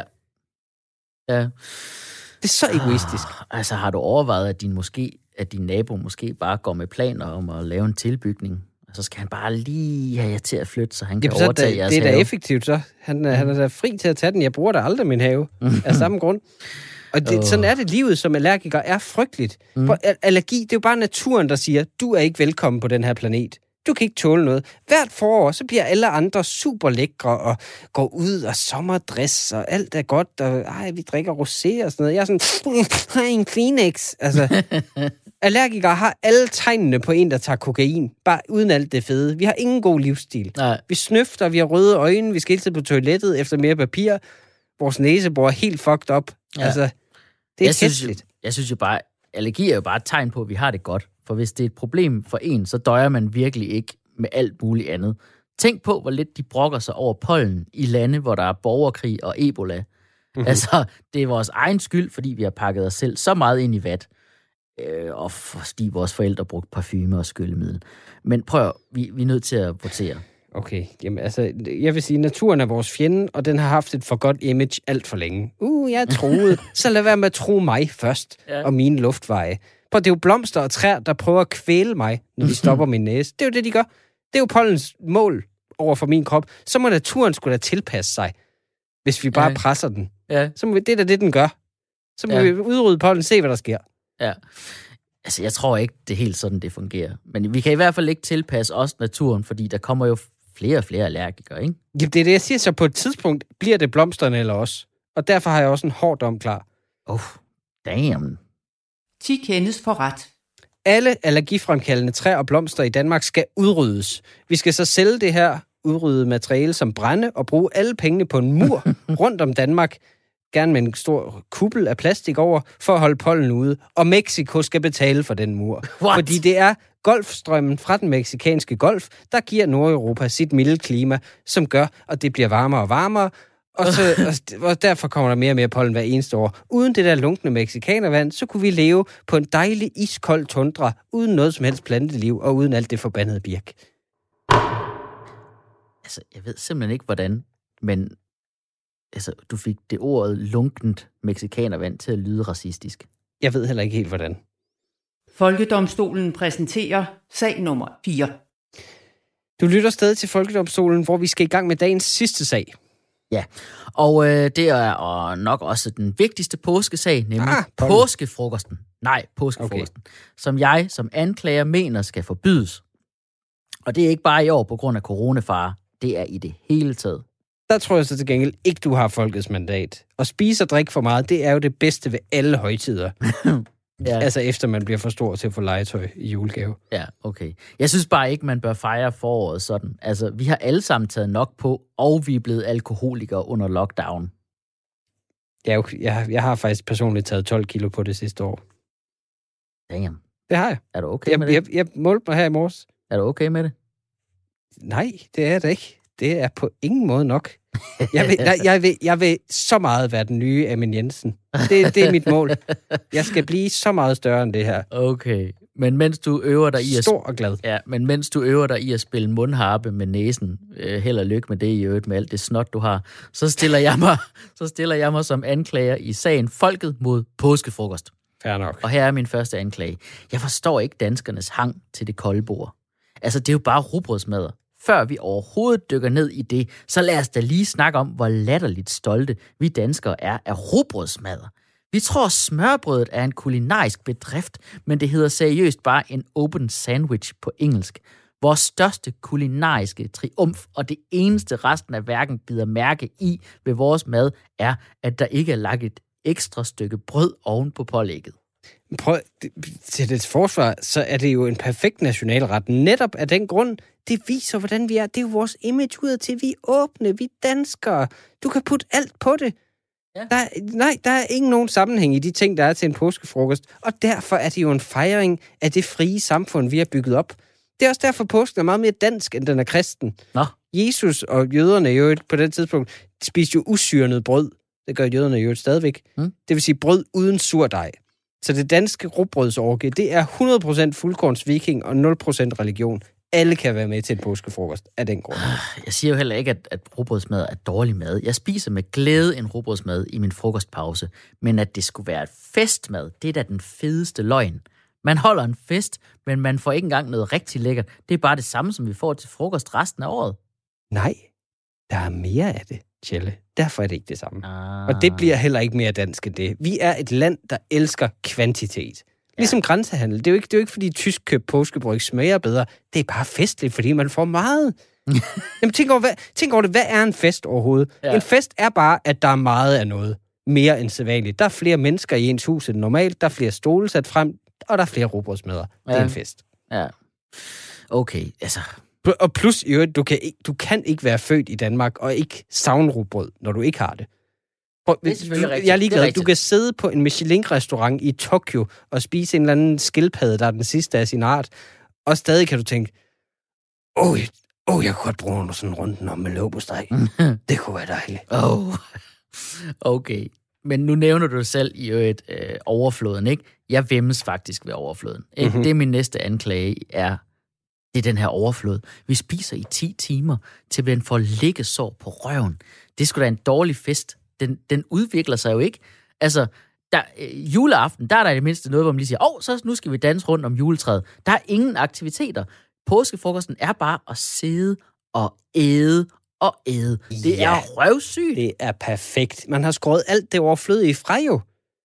Det er så egoistisk. Altså, har du overvejet, at din nabo måske bare går med planer om at lave en tilbygning? Så skal han bare lige have jer til at flytte, så han kan overtage jeres have. Det er da effektivt, så. Han er da fri til at tage den. Jeg bruger da aldrig min have af samme grund. Og sådan er det livet som allergiker er frygteligt. Allergi, det er jo bare naturen, der siger, du er ikke velkommen på den her planet. Du kan ikke tåle noget. Hvert forår, så bliver alle andre super lækre og går ud og sommerdress, og alt er godt, og vi drikker rosé og sådan noget. Jeg er sådan, en Kleenex. Altså, allergikere har alle tegnene på en, der tager kokain, bare uden alt det fede. Vi har ingen god livsstil. Nej. Vi snøfter, vi har røde øjne, vi skal hele tiden på toilettet efter mere papir. Vores næsebor er helt fucked up. Ja. Altså, det er hæsligt. Jeg synes jo bare, allergi er jo bare et tegn på, at vi har det godt. For hvis det er et problem for en, så døjer man virkelig ikke med alt muligt andet. Tænk på, hvor lidt de brokker sig over pollen i lande, hvor der er borgerkrig og Ebola. Mm-hmm. Altså, det er vores egen skyld, fordi vi har pakket os selv så meget ind i vat. Og fordi vores forældre brugte parfume og skyllemiddel. Men prøv, vi er nødt til at votere. Okay, jamen altså, jeg vil sige, naturen er vores fjende, og den har haft et for godt image alt for længe. Jeg er truet. Så lad være med at tro mig først, og mine luftveje. For det er jo blomster og træer, der prøver at kvæle mig, når de stopper min næse. Det er jo det, de gør. Det er jo pollens mål over for min krop. Så må naturen skulle da tilpasse sig, hvis vi bare presser den. Ja. Så må vi, det er det, den gør. Så må vi udrydde pollen, se hvad der sker. Ja. Altså, jeg tror ikke, det er helt sådan, det fungerer. Men vi kan i hvert fald ikke tilpasse os naturen, fordi der kommer jo flere og flere allergikere, ikke? Jamen, det er det, jeg siger, så på et tidspunkt bliver det blomsterne eller os. Og derfor har jeg også en hård dom klar. Damn. 10 kendes for ret. Alle allergifremkaldende træer og blomster i Danmark skal udryddes. Vi skal så sælge det her udryddede materiale som brænde og bruge alle pengene på en mur rundt om Danmark. Gerne med en stor kuppel af plastik over, for at holde pollen ude. Og Mexico skal betale for den mur. What? Fordi det er golfstrømmen fra den mexikanske golf, der giver Nordeuropa sit milde klima, som gør, at det bliver varmere og varmere. Og derfor kommer der mere og mere pollen hver eneste år. Uden det der lunkne mexikanervand, så kunne vi leve på en dejlig iskold tundra, uden noget som helst planteliv, og uden alt det forbandede birk. Altså, jeg ved simpelthen ikke, hvordan, men altså, du fik det ordet lunkent mexikanervand til at lyde racistisk. Jeg ved heller ikke helt, hvordan. Folkedomstolen præsenterer sag nummer 4. Du lytter stadig til Folkedomstolen, hvor vi skal i gang med dagens sidste sag. Ja, og det er nok også den vigtigste påskesag, nemlig påskefrokosten. Nej, påskefrokosten. Okay. Som jeg som anklager mener skal forbydes. Og det er ikke bare i år på grund af coronafare. Det er i det hele taget. Der tror jeg så til gengæld ikke, du har folkets mandat. At spise og drikke for meget, det er jo det bedste ved alle højtider. Ja. Altså efter man bliver for stor til at få legetøj i julegave. Ja, okay. Jeg synes bare ikke, man bør fejre foråret sådan. Altså, vi har alle sammen taget nok på, og vi er blevet alkoholikere under lockdown. Ja, okay. Jeg har faktisk personligt taget 12 kilo på det sidste år. Damn. Det har jeg. Er du okay med det? Jeg målte mig her i morges. Er du okay med det? Nej, det er det ikke. Det er på ingen måde nok. Jeg vil så meget være den nye Amin Jensen. Det er mit mål. Jeg skal blive så meget større end det her. Okay. Men mens du øver dig i at... Stor og glad. Ja, men mens du øver dig i at spille mundharpe med næsen, held og lykke med det i øvrigt, med alt det snot, du har, så stiller jeg mig som anklager i sagen Folket mod påskefrokost. Fair nok. Og her er min første anklage. Jeg forstår ikke danskernes hang til det kolde bord. Altså, det er jo bare rugbrødsmadder. Før vi overhovedet dykker ned i det, så lad os da lige snakke om, hvor latterligt stolte vi danskere er af rugbrødsmadder. Vi tror, smørbrødet er en kulinarisk bedrift, men det hedder seriøst bare en open sandwich på engelsk. Vores største kulinariske triumf, og det eneste resten af verden bider mærke i ved vores mad, er, at der ikke er lagt et ekstra stykke brød oven på pålægget. Prøv, til dets forsvar, så er det jo en perfekt nationalret. Netop af den grund, det viser, hvordan vi er. Det er jo vores image udad til. Vi er åbne, vi er danskere. Du kan putte alt på det. Ja. Der er ikke nogen sammenhæng i de ting, der er til en påskefrokost. Og derfor er det jo en fejring af det frie samfund, vi har bygget op. Det er også derfor, påsken er meget mere dansk, end den er kristen. Nå. Jesus og jøderne jo på det tidspunkt spiste jo usyrnet brød. Det gør jøderne jo stadigvæk. Det vil sige brød uden surdej. Så det danske rugbrødsorgie, det er 100% fuldkorns viking og 0% religion. alle kan være med til en påskefrokost af den grund. Jeg siger jo heller ikke, at rugbrødsmad er dårlig mad. Jeg spiser med glæde en rugbrødsmad i min frokostpause. Men at det skulle være et festmad, det er da den fedeste løgn. Man holder en fest, men man får ikke engang noget rigtig lækkert. Det er bare det samme, som vi får til frokost resten af året. Nej, der er mere af det, Tjelle. Derfor er det ikke det samme. Og det bliver heller ikke mere dansk end det. Vi er et land, der elsker kvantitet. Ligesom grænsehandel. Det er jo ikke fordi tysk købt påskebryg smager bedre. Det er bare festligt, fordi man får meget. Jamen, tænk over det. Hvad er en fest overhovedet? Ja. En fest er bare, at der er meget af noget. Mere end sædvanligt. Der er flere mennesker i ens hus end normalt. Der er flere stole sat frem. Og der er flere rugbrødsmadder. Det er en fest. Ja. Okay, altså... Og plus, du kan ikke være født i Danmark og ikke savne rugbrød, når du ikke har det. Jeg er ligeglad. Du kan sidde på en Michelin-restaurant i Tokyo og spise en eller anden skildpadde, der er den sidste af sin art, og stadig kan du tænke, jeg kunne godt bruge sådan en runden om med leverpostej. Det kunne være dejligt. Okay. Men nu nævner du selv i øvrigt overfloden, ikke? Jeg væmmes faktisk ved overfloden. Ikke? Mm-hmm. Det er min næste anklage, det er den her overflod. Vi spiser i 10 timer, til man får liggesår på røven. Det skulle da en dårlig fest. Den udvikler sig jo ikke. Altså, juleaften, der er der i det mindste noget, hvor man lige siger, så nu skal vi danse rundt om juletræet. Der er ingen aktiviteter. Påskefrokosten er bare at sidde og æde og æde. Det er røvsygt. Det er perfekt. Man har skåret alt det overflødige fra jo.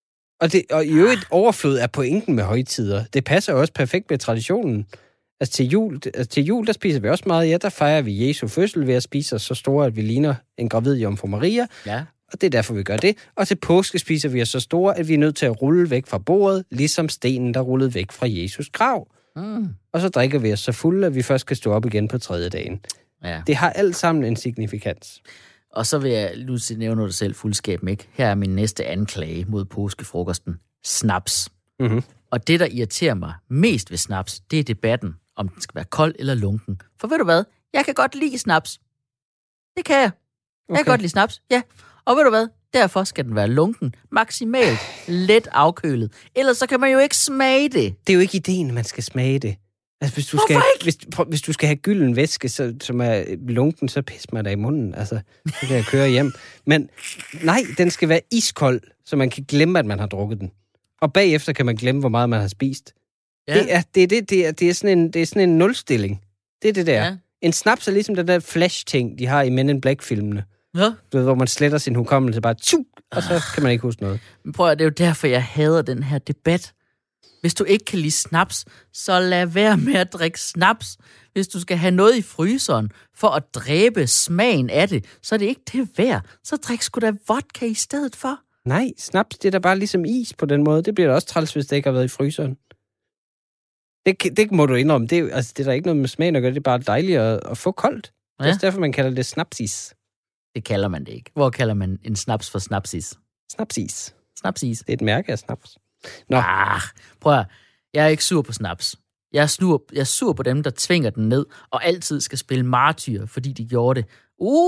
Og i øvrigt, overflod er pointen med højtider. Det passer også perfekt med traditionen. Altså til jul, der spiser vi også meget. Ja, der fejrer vi Jesu fødsel ved at spise os så store, at vi ligner en gravid jomfru Maria. Ja. Og det er derfor, vi gør det. Og til påske spiser vi os så store, at vi er nødt til at rulle væk fra bordet, ligesom stenen, der rullede væk fra Jesus grav. Og så drikker vi os så fulde, at vi først kan stå op igen på 3. dagen. Ja. Det har alt sammen en signifikans. Og så vil jeg nu nævne dig selv fuldskaben, ikke? Her er min næste anklage mod påskefrokosten. Snaps. Mm-hmm. Og det, der irriterer mig mest ved snaps, det er debatten, om den skal være kold eller lunken. For ved du hvad? Jeg kan godt lide snaps. Det kan jeg. Jeg kan godt lide snaps, ja. Og ved du hvad? Derfor skal den være lunken, maksimalt let afkølet. Ellers så kan man jo ikke smage det. Det er jo ikke ideen, man skal smage det. Altså, hvis du skal have gylden væske, som er lunken, så pisser man da i munden. Altså, så kan jeg køre hjem. Men nej, den skal være iskold, så man kan glemme, at man har drukket den. Og bagefter kan man glemme, hvor meget man har spist. Ja. Det er sådan en nulstilling. Det er det der. Ja. En snaps er ligesom den der flash-ting, de har i Men in Black-filmene. Ja. Hvor man sletter sin hukommelse bare, og så kan man ikke huske noget. Men prøv at, det er jo derfor, jeg hader den her debat. Hvis du ikke kan lide snaps, så lad være med at drikke snaps. Hvis du skal have noget i fryseren for at dræbe smagen af det, så er det ikke det værd. Så drik sgu da vodka i stedet for. Nej, snaps, det er da bare ligesom is på den måde. Det bliver da også træls, hvis det ikke har været i fryseren. Det må du indrømme. Det er der ikke noget med smagen at gøre. Det er bare dejligt at få koldt. Ja. Det er derfor, man kalder det snapsis. Det kalder man det ikke. Hvor kalder man en snaps for snapsis? Snapsis. Snapsis. Det er et mærke af snaps. Nå. Prøv at, jeg er ikke sur på snaps. Jeg er sur på dem, der tvinger den ned, og altid skal spille martyr, fordi de gjorde det.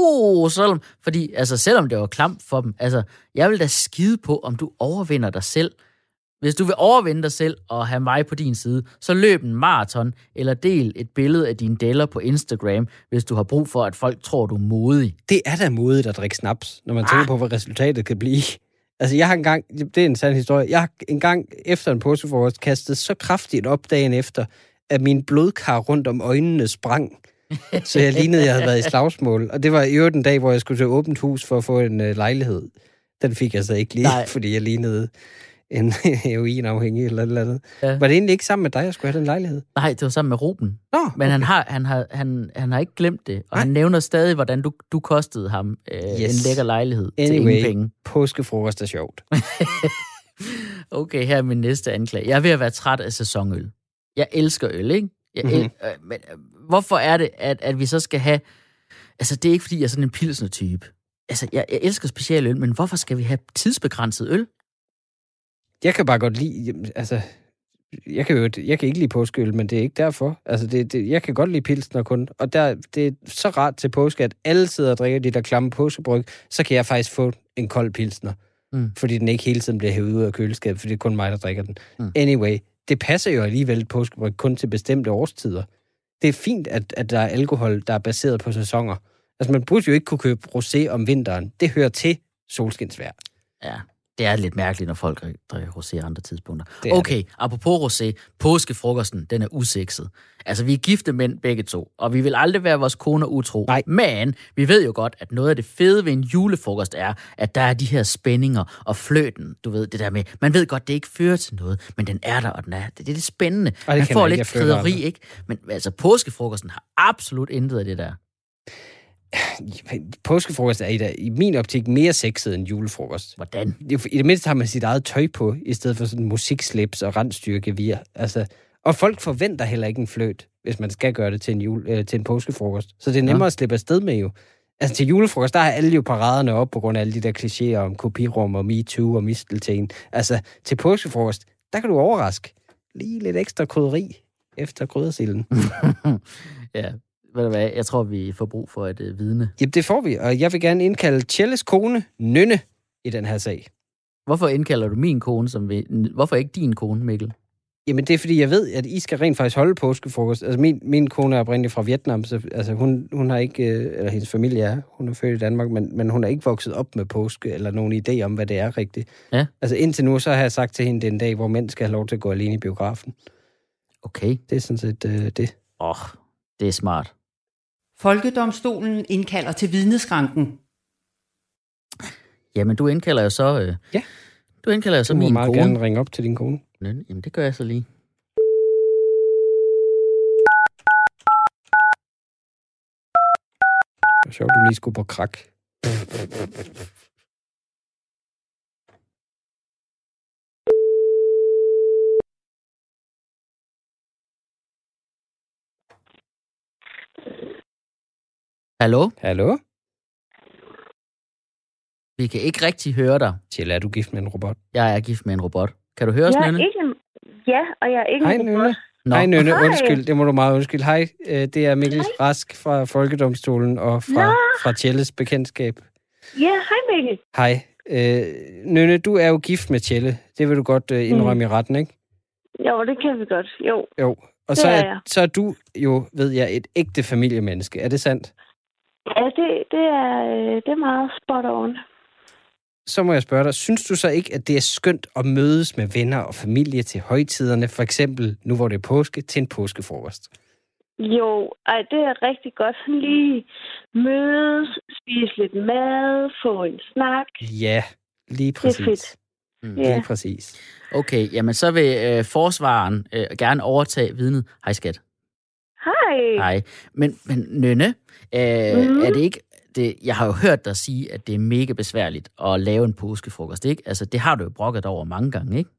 Selvom det var klamt for dem. Altså, jeg vil da skide på, om du overvinder dig selv. Hvis du vil overvinde dig selv og have mig på din side, så løb en maraton, eller del et billede af dine deller på Instagram, hvis du har brug for, at folk tror, du er modig. Det er da modigt at drikke snaps, når man tænker på, hvad resultatet kan blive. Altså, jeg har engang, det er en sand historie, jeg har engang efter en påskefrokost kastet så kraftigt op dagen efter, at min blodkar rundt om øjnene sprang. Så jeg lignede, jeg havde været i slagsmål. Og det var i øvrigt en dag, hvor jeg skulle til åbent hus for at få en lejlighed. Den fik jeg så ikke lige, fordi jeg lignede en heroinafhængig eller andet. Ja. Var det egentlig ikke sammen med dig, jeg skulle have den lejlighed? Nej, det var sammen med Ruben. Men han har ikke glemt det, og han nævner stadig, hvordan du kostede ham en lækker lejlighed til ingen penge. Påskefrokost er sjovt. Okay, her er min næste anklage. Jeg er ved at være træt af sæsonøl. Jeg elsker øl, ikke? Men hvorfor er det, at vi så skal have... Altså, det er ikke, fordi jeg er sådan en pilsner-type. Altså, jeg elsker specialøl, men hvorfor skal vi have tidsbegrænset øl? Jeg kan bare godt lide... Altså, jeg kan ikke lide påskeøl, men det er ikke derfor. Altså, jeg kan godt lide pilsner kun. Og det er så rart til påske, at alle sidder og drikker de der klamme påskebryg, så kan jeg faktisk få en kold pilsner. Fordi den ikke hele tiden bliver hævet ud af køleskabet, for det er kun mig, der drikker den. Anyway, det passer jo alligevel påskebryg kun til bestemte årstider. Det er fint, at der er alkohol, der er baseret på sæsoner. Altså, man burde jo ikke kunne købe rosé om vinteren. Det hører til solskinsvejr. Ja, det er lidt mærkeligt, når folk drikker rosé andre tidspunkter. Okay, apropos rosé, påskefrokosten, den er usekset. Altså, vi er gifte mænd begge to, og vi vil aldrig være vores koner utro. Nej. Men vi ved jo godt, at noget af det fede ved en julefrokost er, at der er de her spændinger og fløten, du ved, det der med, man ved godt, det ikke fører til noget, men den er der, og den er. Det er det spændende. Man får lidt krydderi, ikke? Men altså, påskefrokosten har absolut intet af det der. Påskefrokost er i min optik mere sexet end julefrokost. Hvordan? I det mindste har man sit eget tøj på, i stedet for sådan musikslips og randstyrkevir. Altså, og folk forventer heller ikke en fløt, hvis man skal gøre det til en påskefrokost. Så det er nemmere at slippe afsted med jo. Altså til julefrokost, der er alle jo paraderne op på grund af alle de der klichéer om kopirum og MeToo og mistelten. Altså til påskefrokost, der kan du overraske. Lige lidt ekstra krydderi efter kryddersilden. Ja. Ved du hvad, jeg tror, vi får brug for et vidne. Jamen, det får vi, og jeg vil gerne indkalde Tjelles kone, Nynne, i den her sag. Hvorfor indkalder du min kone Hvorfor ikke din kone, Mikkel? Jamen, det er, fordi jeg ved, at I skal rent faktisk holde påskefrokost. Altså, min kone er oprindeligt fra Vietnam, så altså, hun har ikke, eller hendes familie er, hun er født i Danmark, men hun er ikke vokset op med påske, eller nogen idé om, hvad det er rigtigt. Ja. Altså, indtil nu, så har jeg sagt til hende, det er en dag, hvor mænd skal have lov til at gå alene i biografen. Okay. Det er sådan set det. Det er smart. Folkedomstolen indkalder til vidneskranken. Jamen, du indkalder jo så... Ja. Du indkalder jo så min kone. Du må meget gerne ringe op til din kone. Jamen, det gør jeg så lige. Det er sjovt, du lige skulle på krak. Hallo? Hallo? Vi kan ikke rigtig høre dig. Tjelle, er du gift med en robot? Jeg er gift med en robot. Kan du høre os, Nynne? Ja, og jeg er ikke Hej, en robot. Nynne. Hej, Nynne. Undskyld, det må du meget undskylde. Hej, det er Mikkel Rask fra Folkedomstolen og fra Tjelles bekendtskab. Ja, hej Mikkel. Hej. Nynne, du er jo gift med Tjelle. Det vil du godt indrømme i retten, ikke? Jo, det kan vi godt. Jo. Og så er du jo, ved jeg, et ægte familiemenneske. Er det sandt? Ja, det er meget spot on. Så må jeg spørge dig, synes du så ikke, at det er skønt at mødes med venner og familie til højtiderne, for eksempel nu hvor det er påske, til en påskefrokost? Jo, det er rigtig godt. Sådan lige mødes, spise lidt mad, få en snak. Ja, lige præcis. Det er fedt. Lige præcis. Okay, jamen så vil forsvaren gerne overtage vidnet. Hej, skat. Hej. Men Nynne, er det ikke... Jeg har jo hørt dig sige, at det er mega besværligt at lave en påskefrokost, ikke? Altså, det har du jo brokket over mange gange, ikke?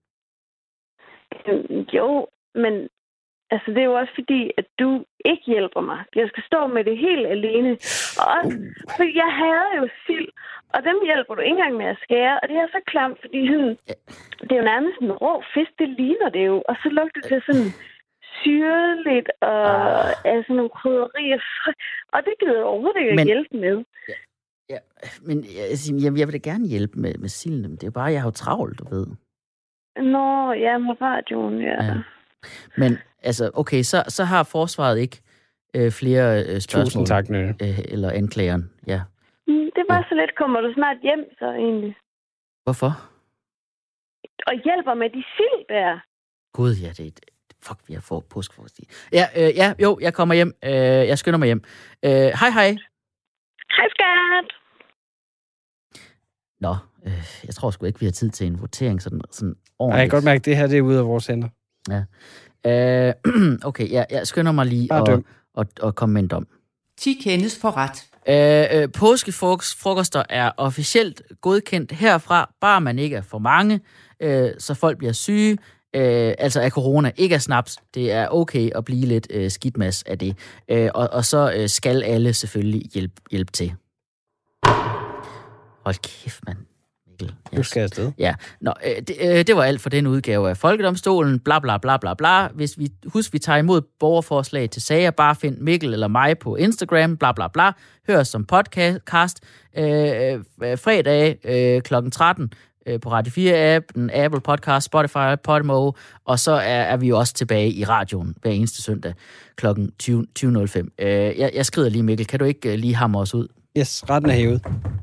Jo, men altså, det er jo også fordi, at du ikke hjælper mig. Jeg skal stå med det helt alene. Og også, for jeg havde jo sild, og dem hjælper du ikke engang med at skære. Og det er så klamt, fordi det er jo nærmest en rå fisk, det ligner det jo. Og så lugter det sådan syrligt og altså nogle krydderier. Og det gider jeg overhovedet ikke hjælpe med. Ja, men jeg vil da gerne hjælpe med silden. Det er bare, jeg har jo travlt, du ved. Nå, ja, med radioen, ja. Men altså, okay, så har forsvaret ikke flere spørgsmål. Tusind tak, Nynne. Eller anklageren, ja. Det var så lidt. Kommer du snart hjem, så egentlig? Hvorfor? Og hjælper med de sild der. Gud, ja, det fuck, vi har fået påskefrokost. Jo, jeg kommer hjem. Jeg skynder mig hjem. Hej. Hej, skat. Nå, jeg tror sgu ikke, vi har tid til en votering sådan ordentligt. Jeg kan godt mærke, at det her det er ude af vores hænder. Ja. Okay, jeg skynder mig lige at komme med en dom. 10 kendes for ret. Påskefrokoster er officielt godkendt herfra, bare man ikke er for mange, så folk bliver syge, altså af corona, ikke af snaps. Det er okay at blive lidt skidmas af det. Og så skal alle selvfølgelig hjælpe til. Hold kæft, mand. Mikkel. Yes. Du skal afsted. Ja. Nå, det var alt for den udgave af Folkedomstolen. Bla, bla, bla, bla, bla. Husk, vi tager imod borgerforslag til sager. Bare find Mikkel eller mig på Instagram. Bla, bla, bla. Hør os som podcast. Fredag kl. 13. på Radio 4-appen, Apple Podcast, Spotify, Podimo, og så er vi jo også tilbage i radioen hver eneste søndag kl. 20.05. Jeg skrider lige, Mikkel. Kan du ikke lige hamre os ud? Yes, retten er hævet.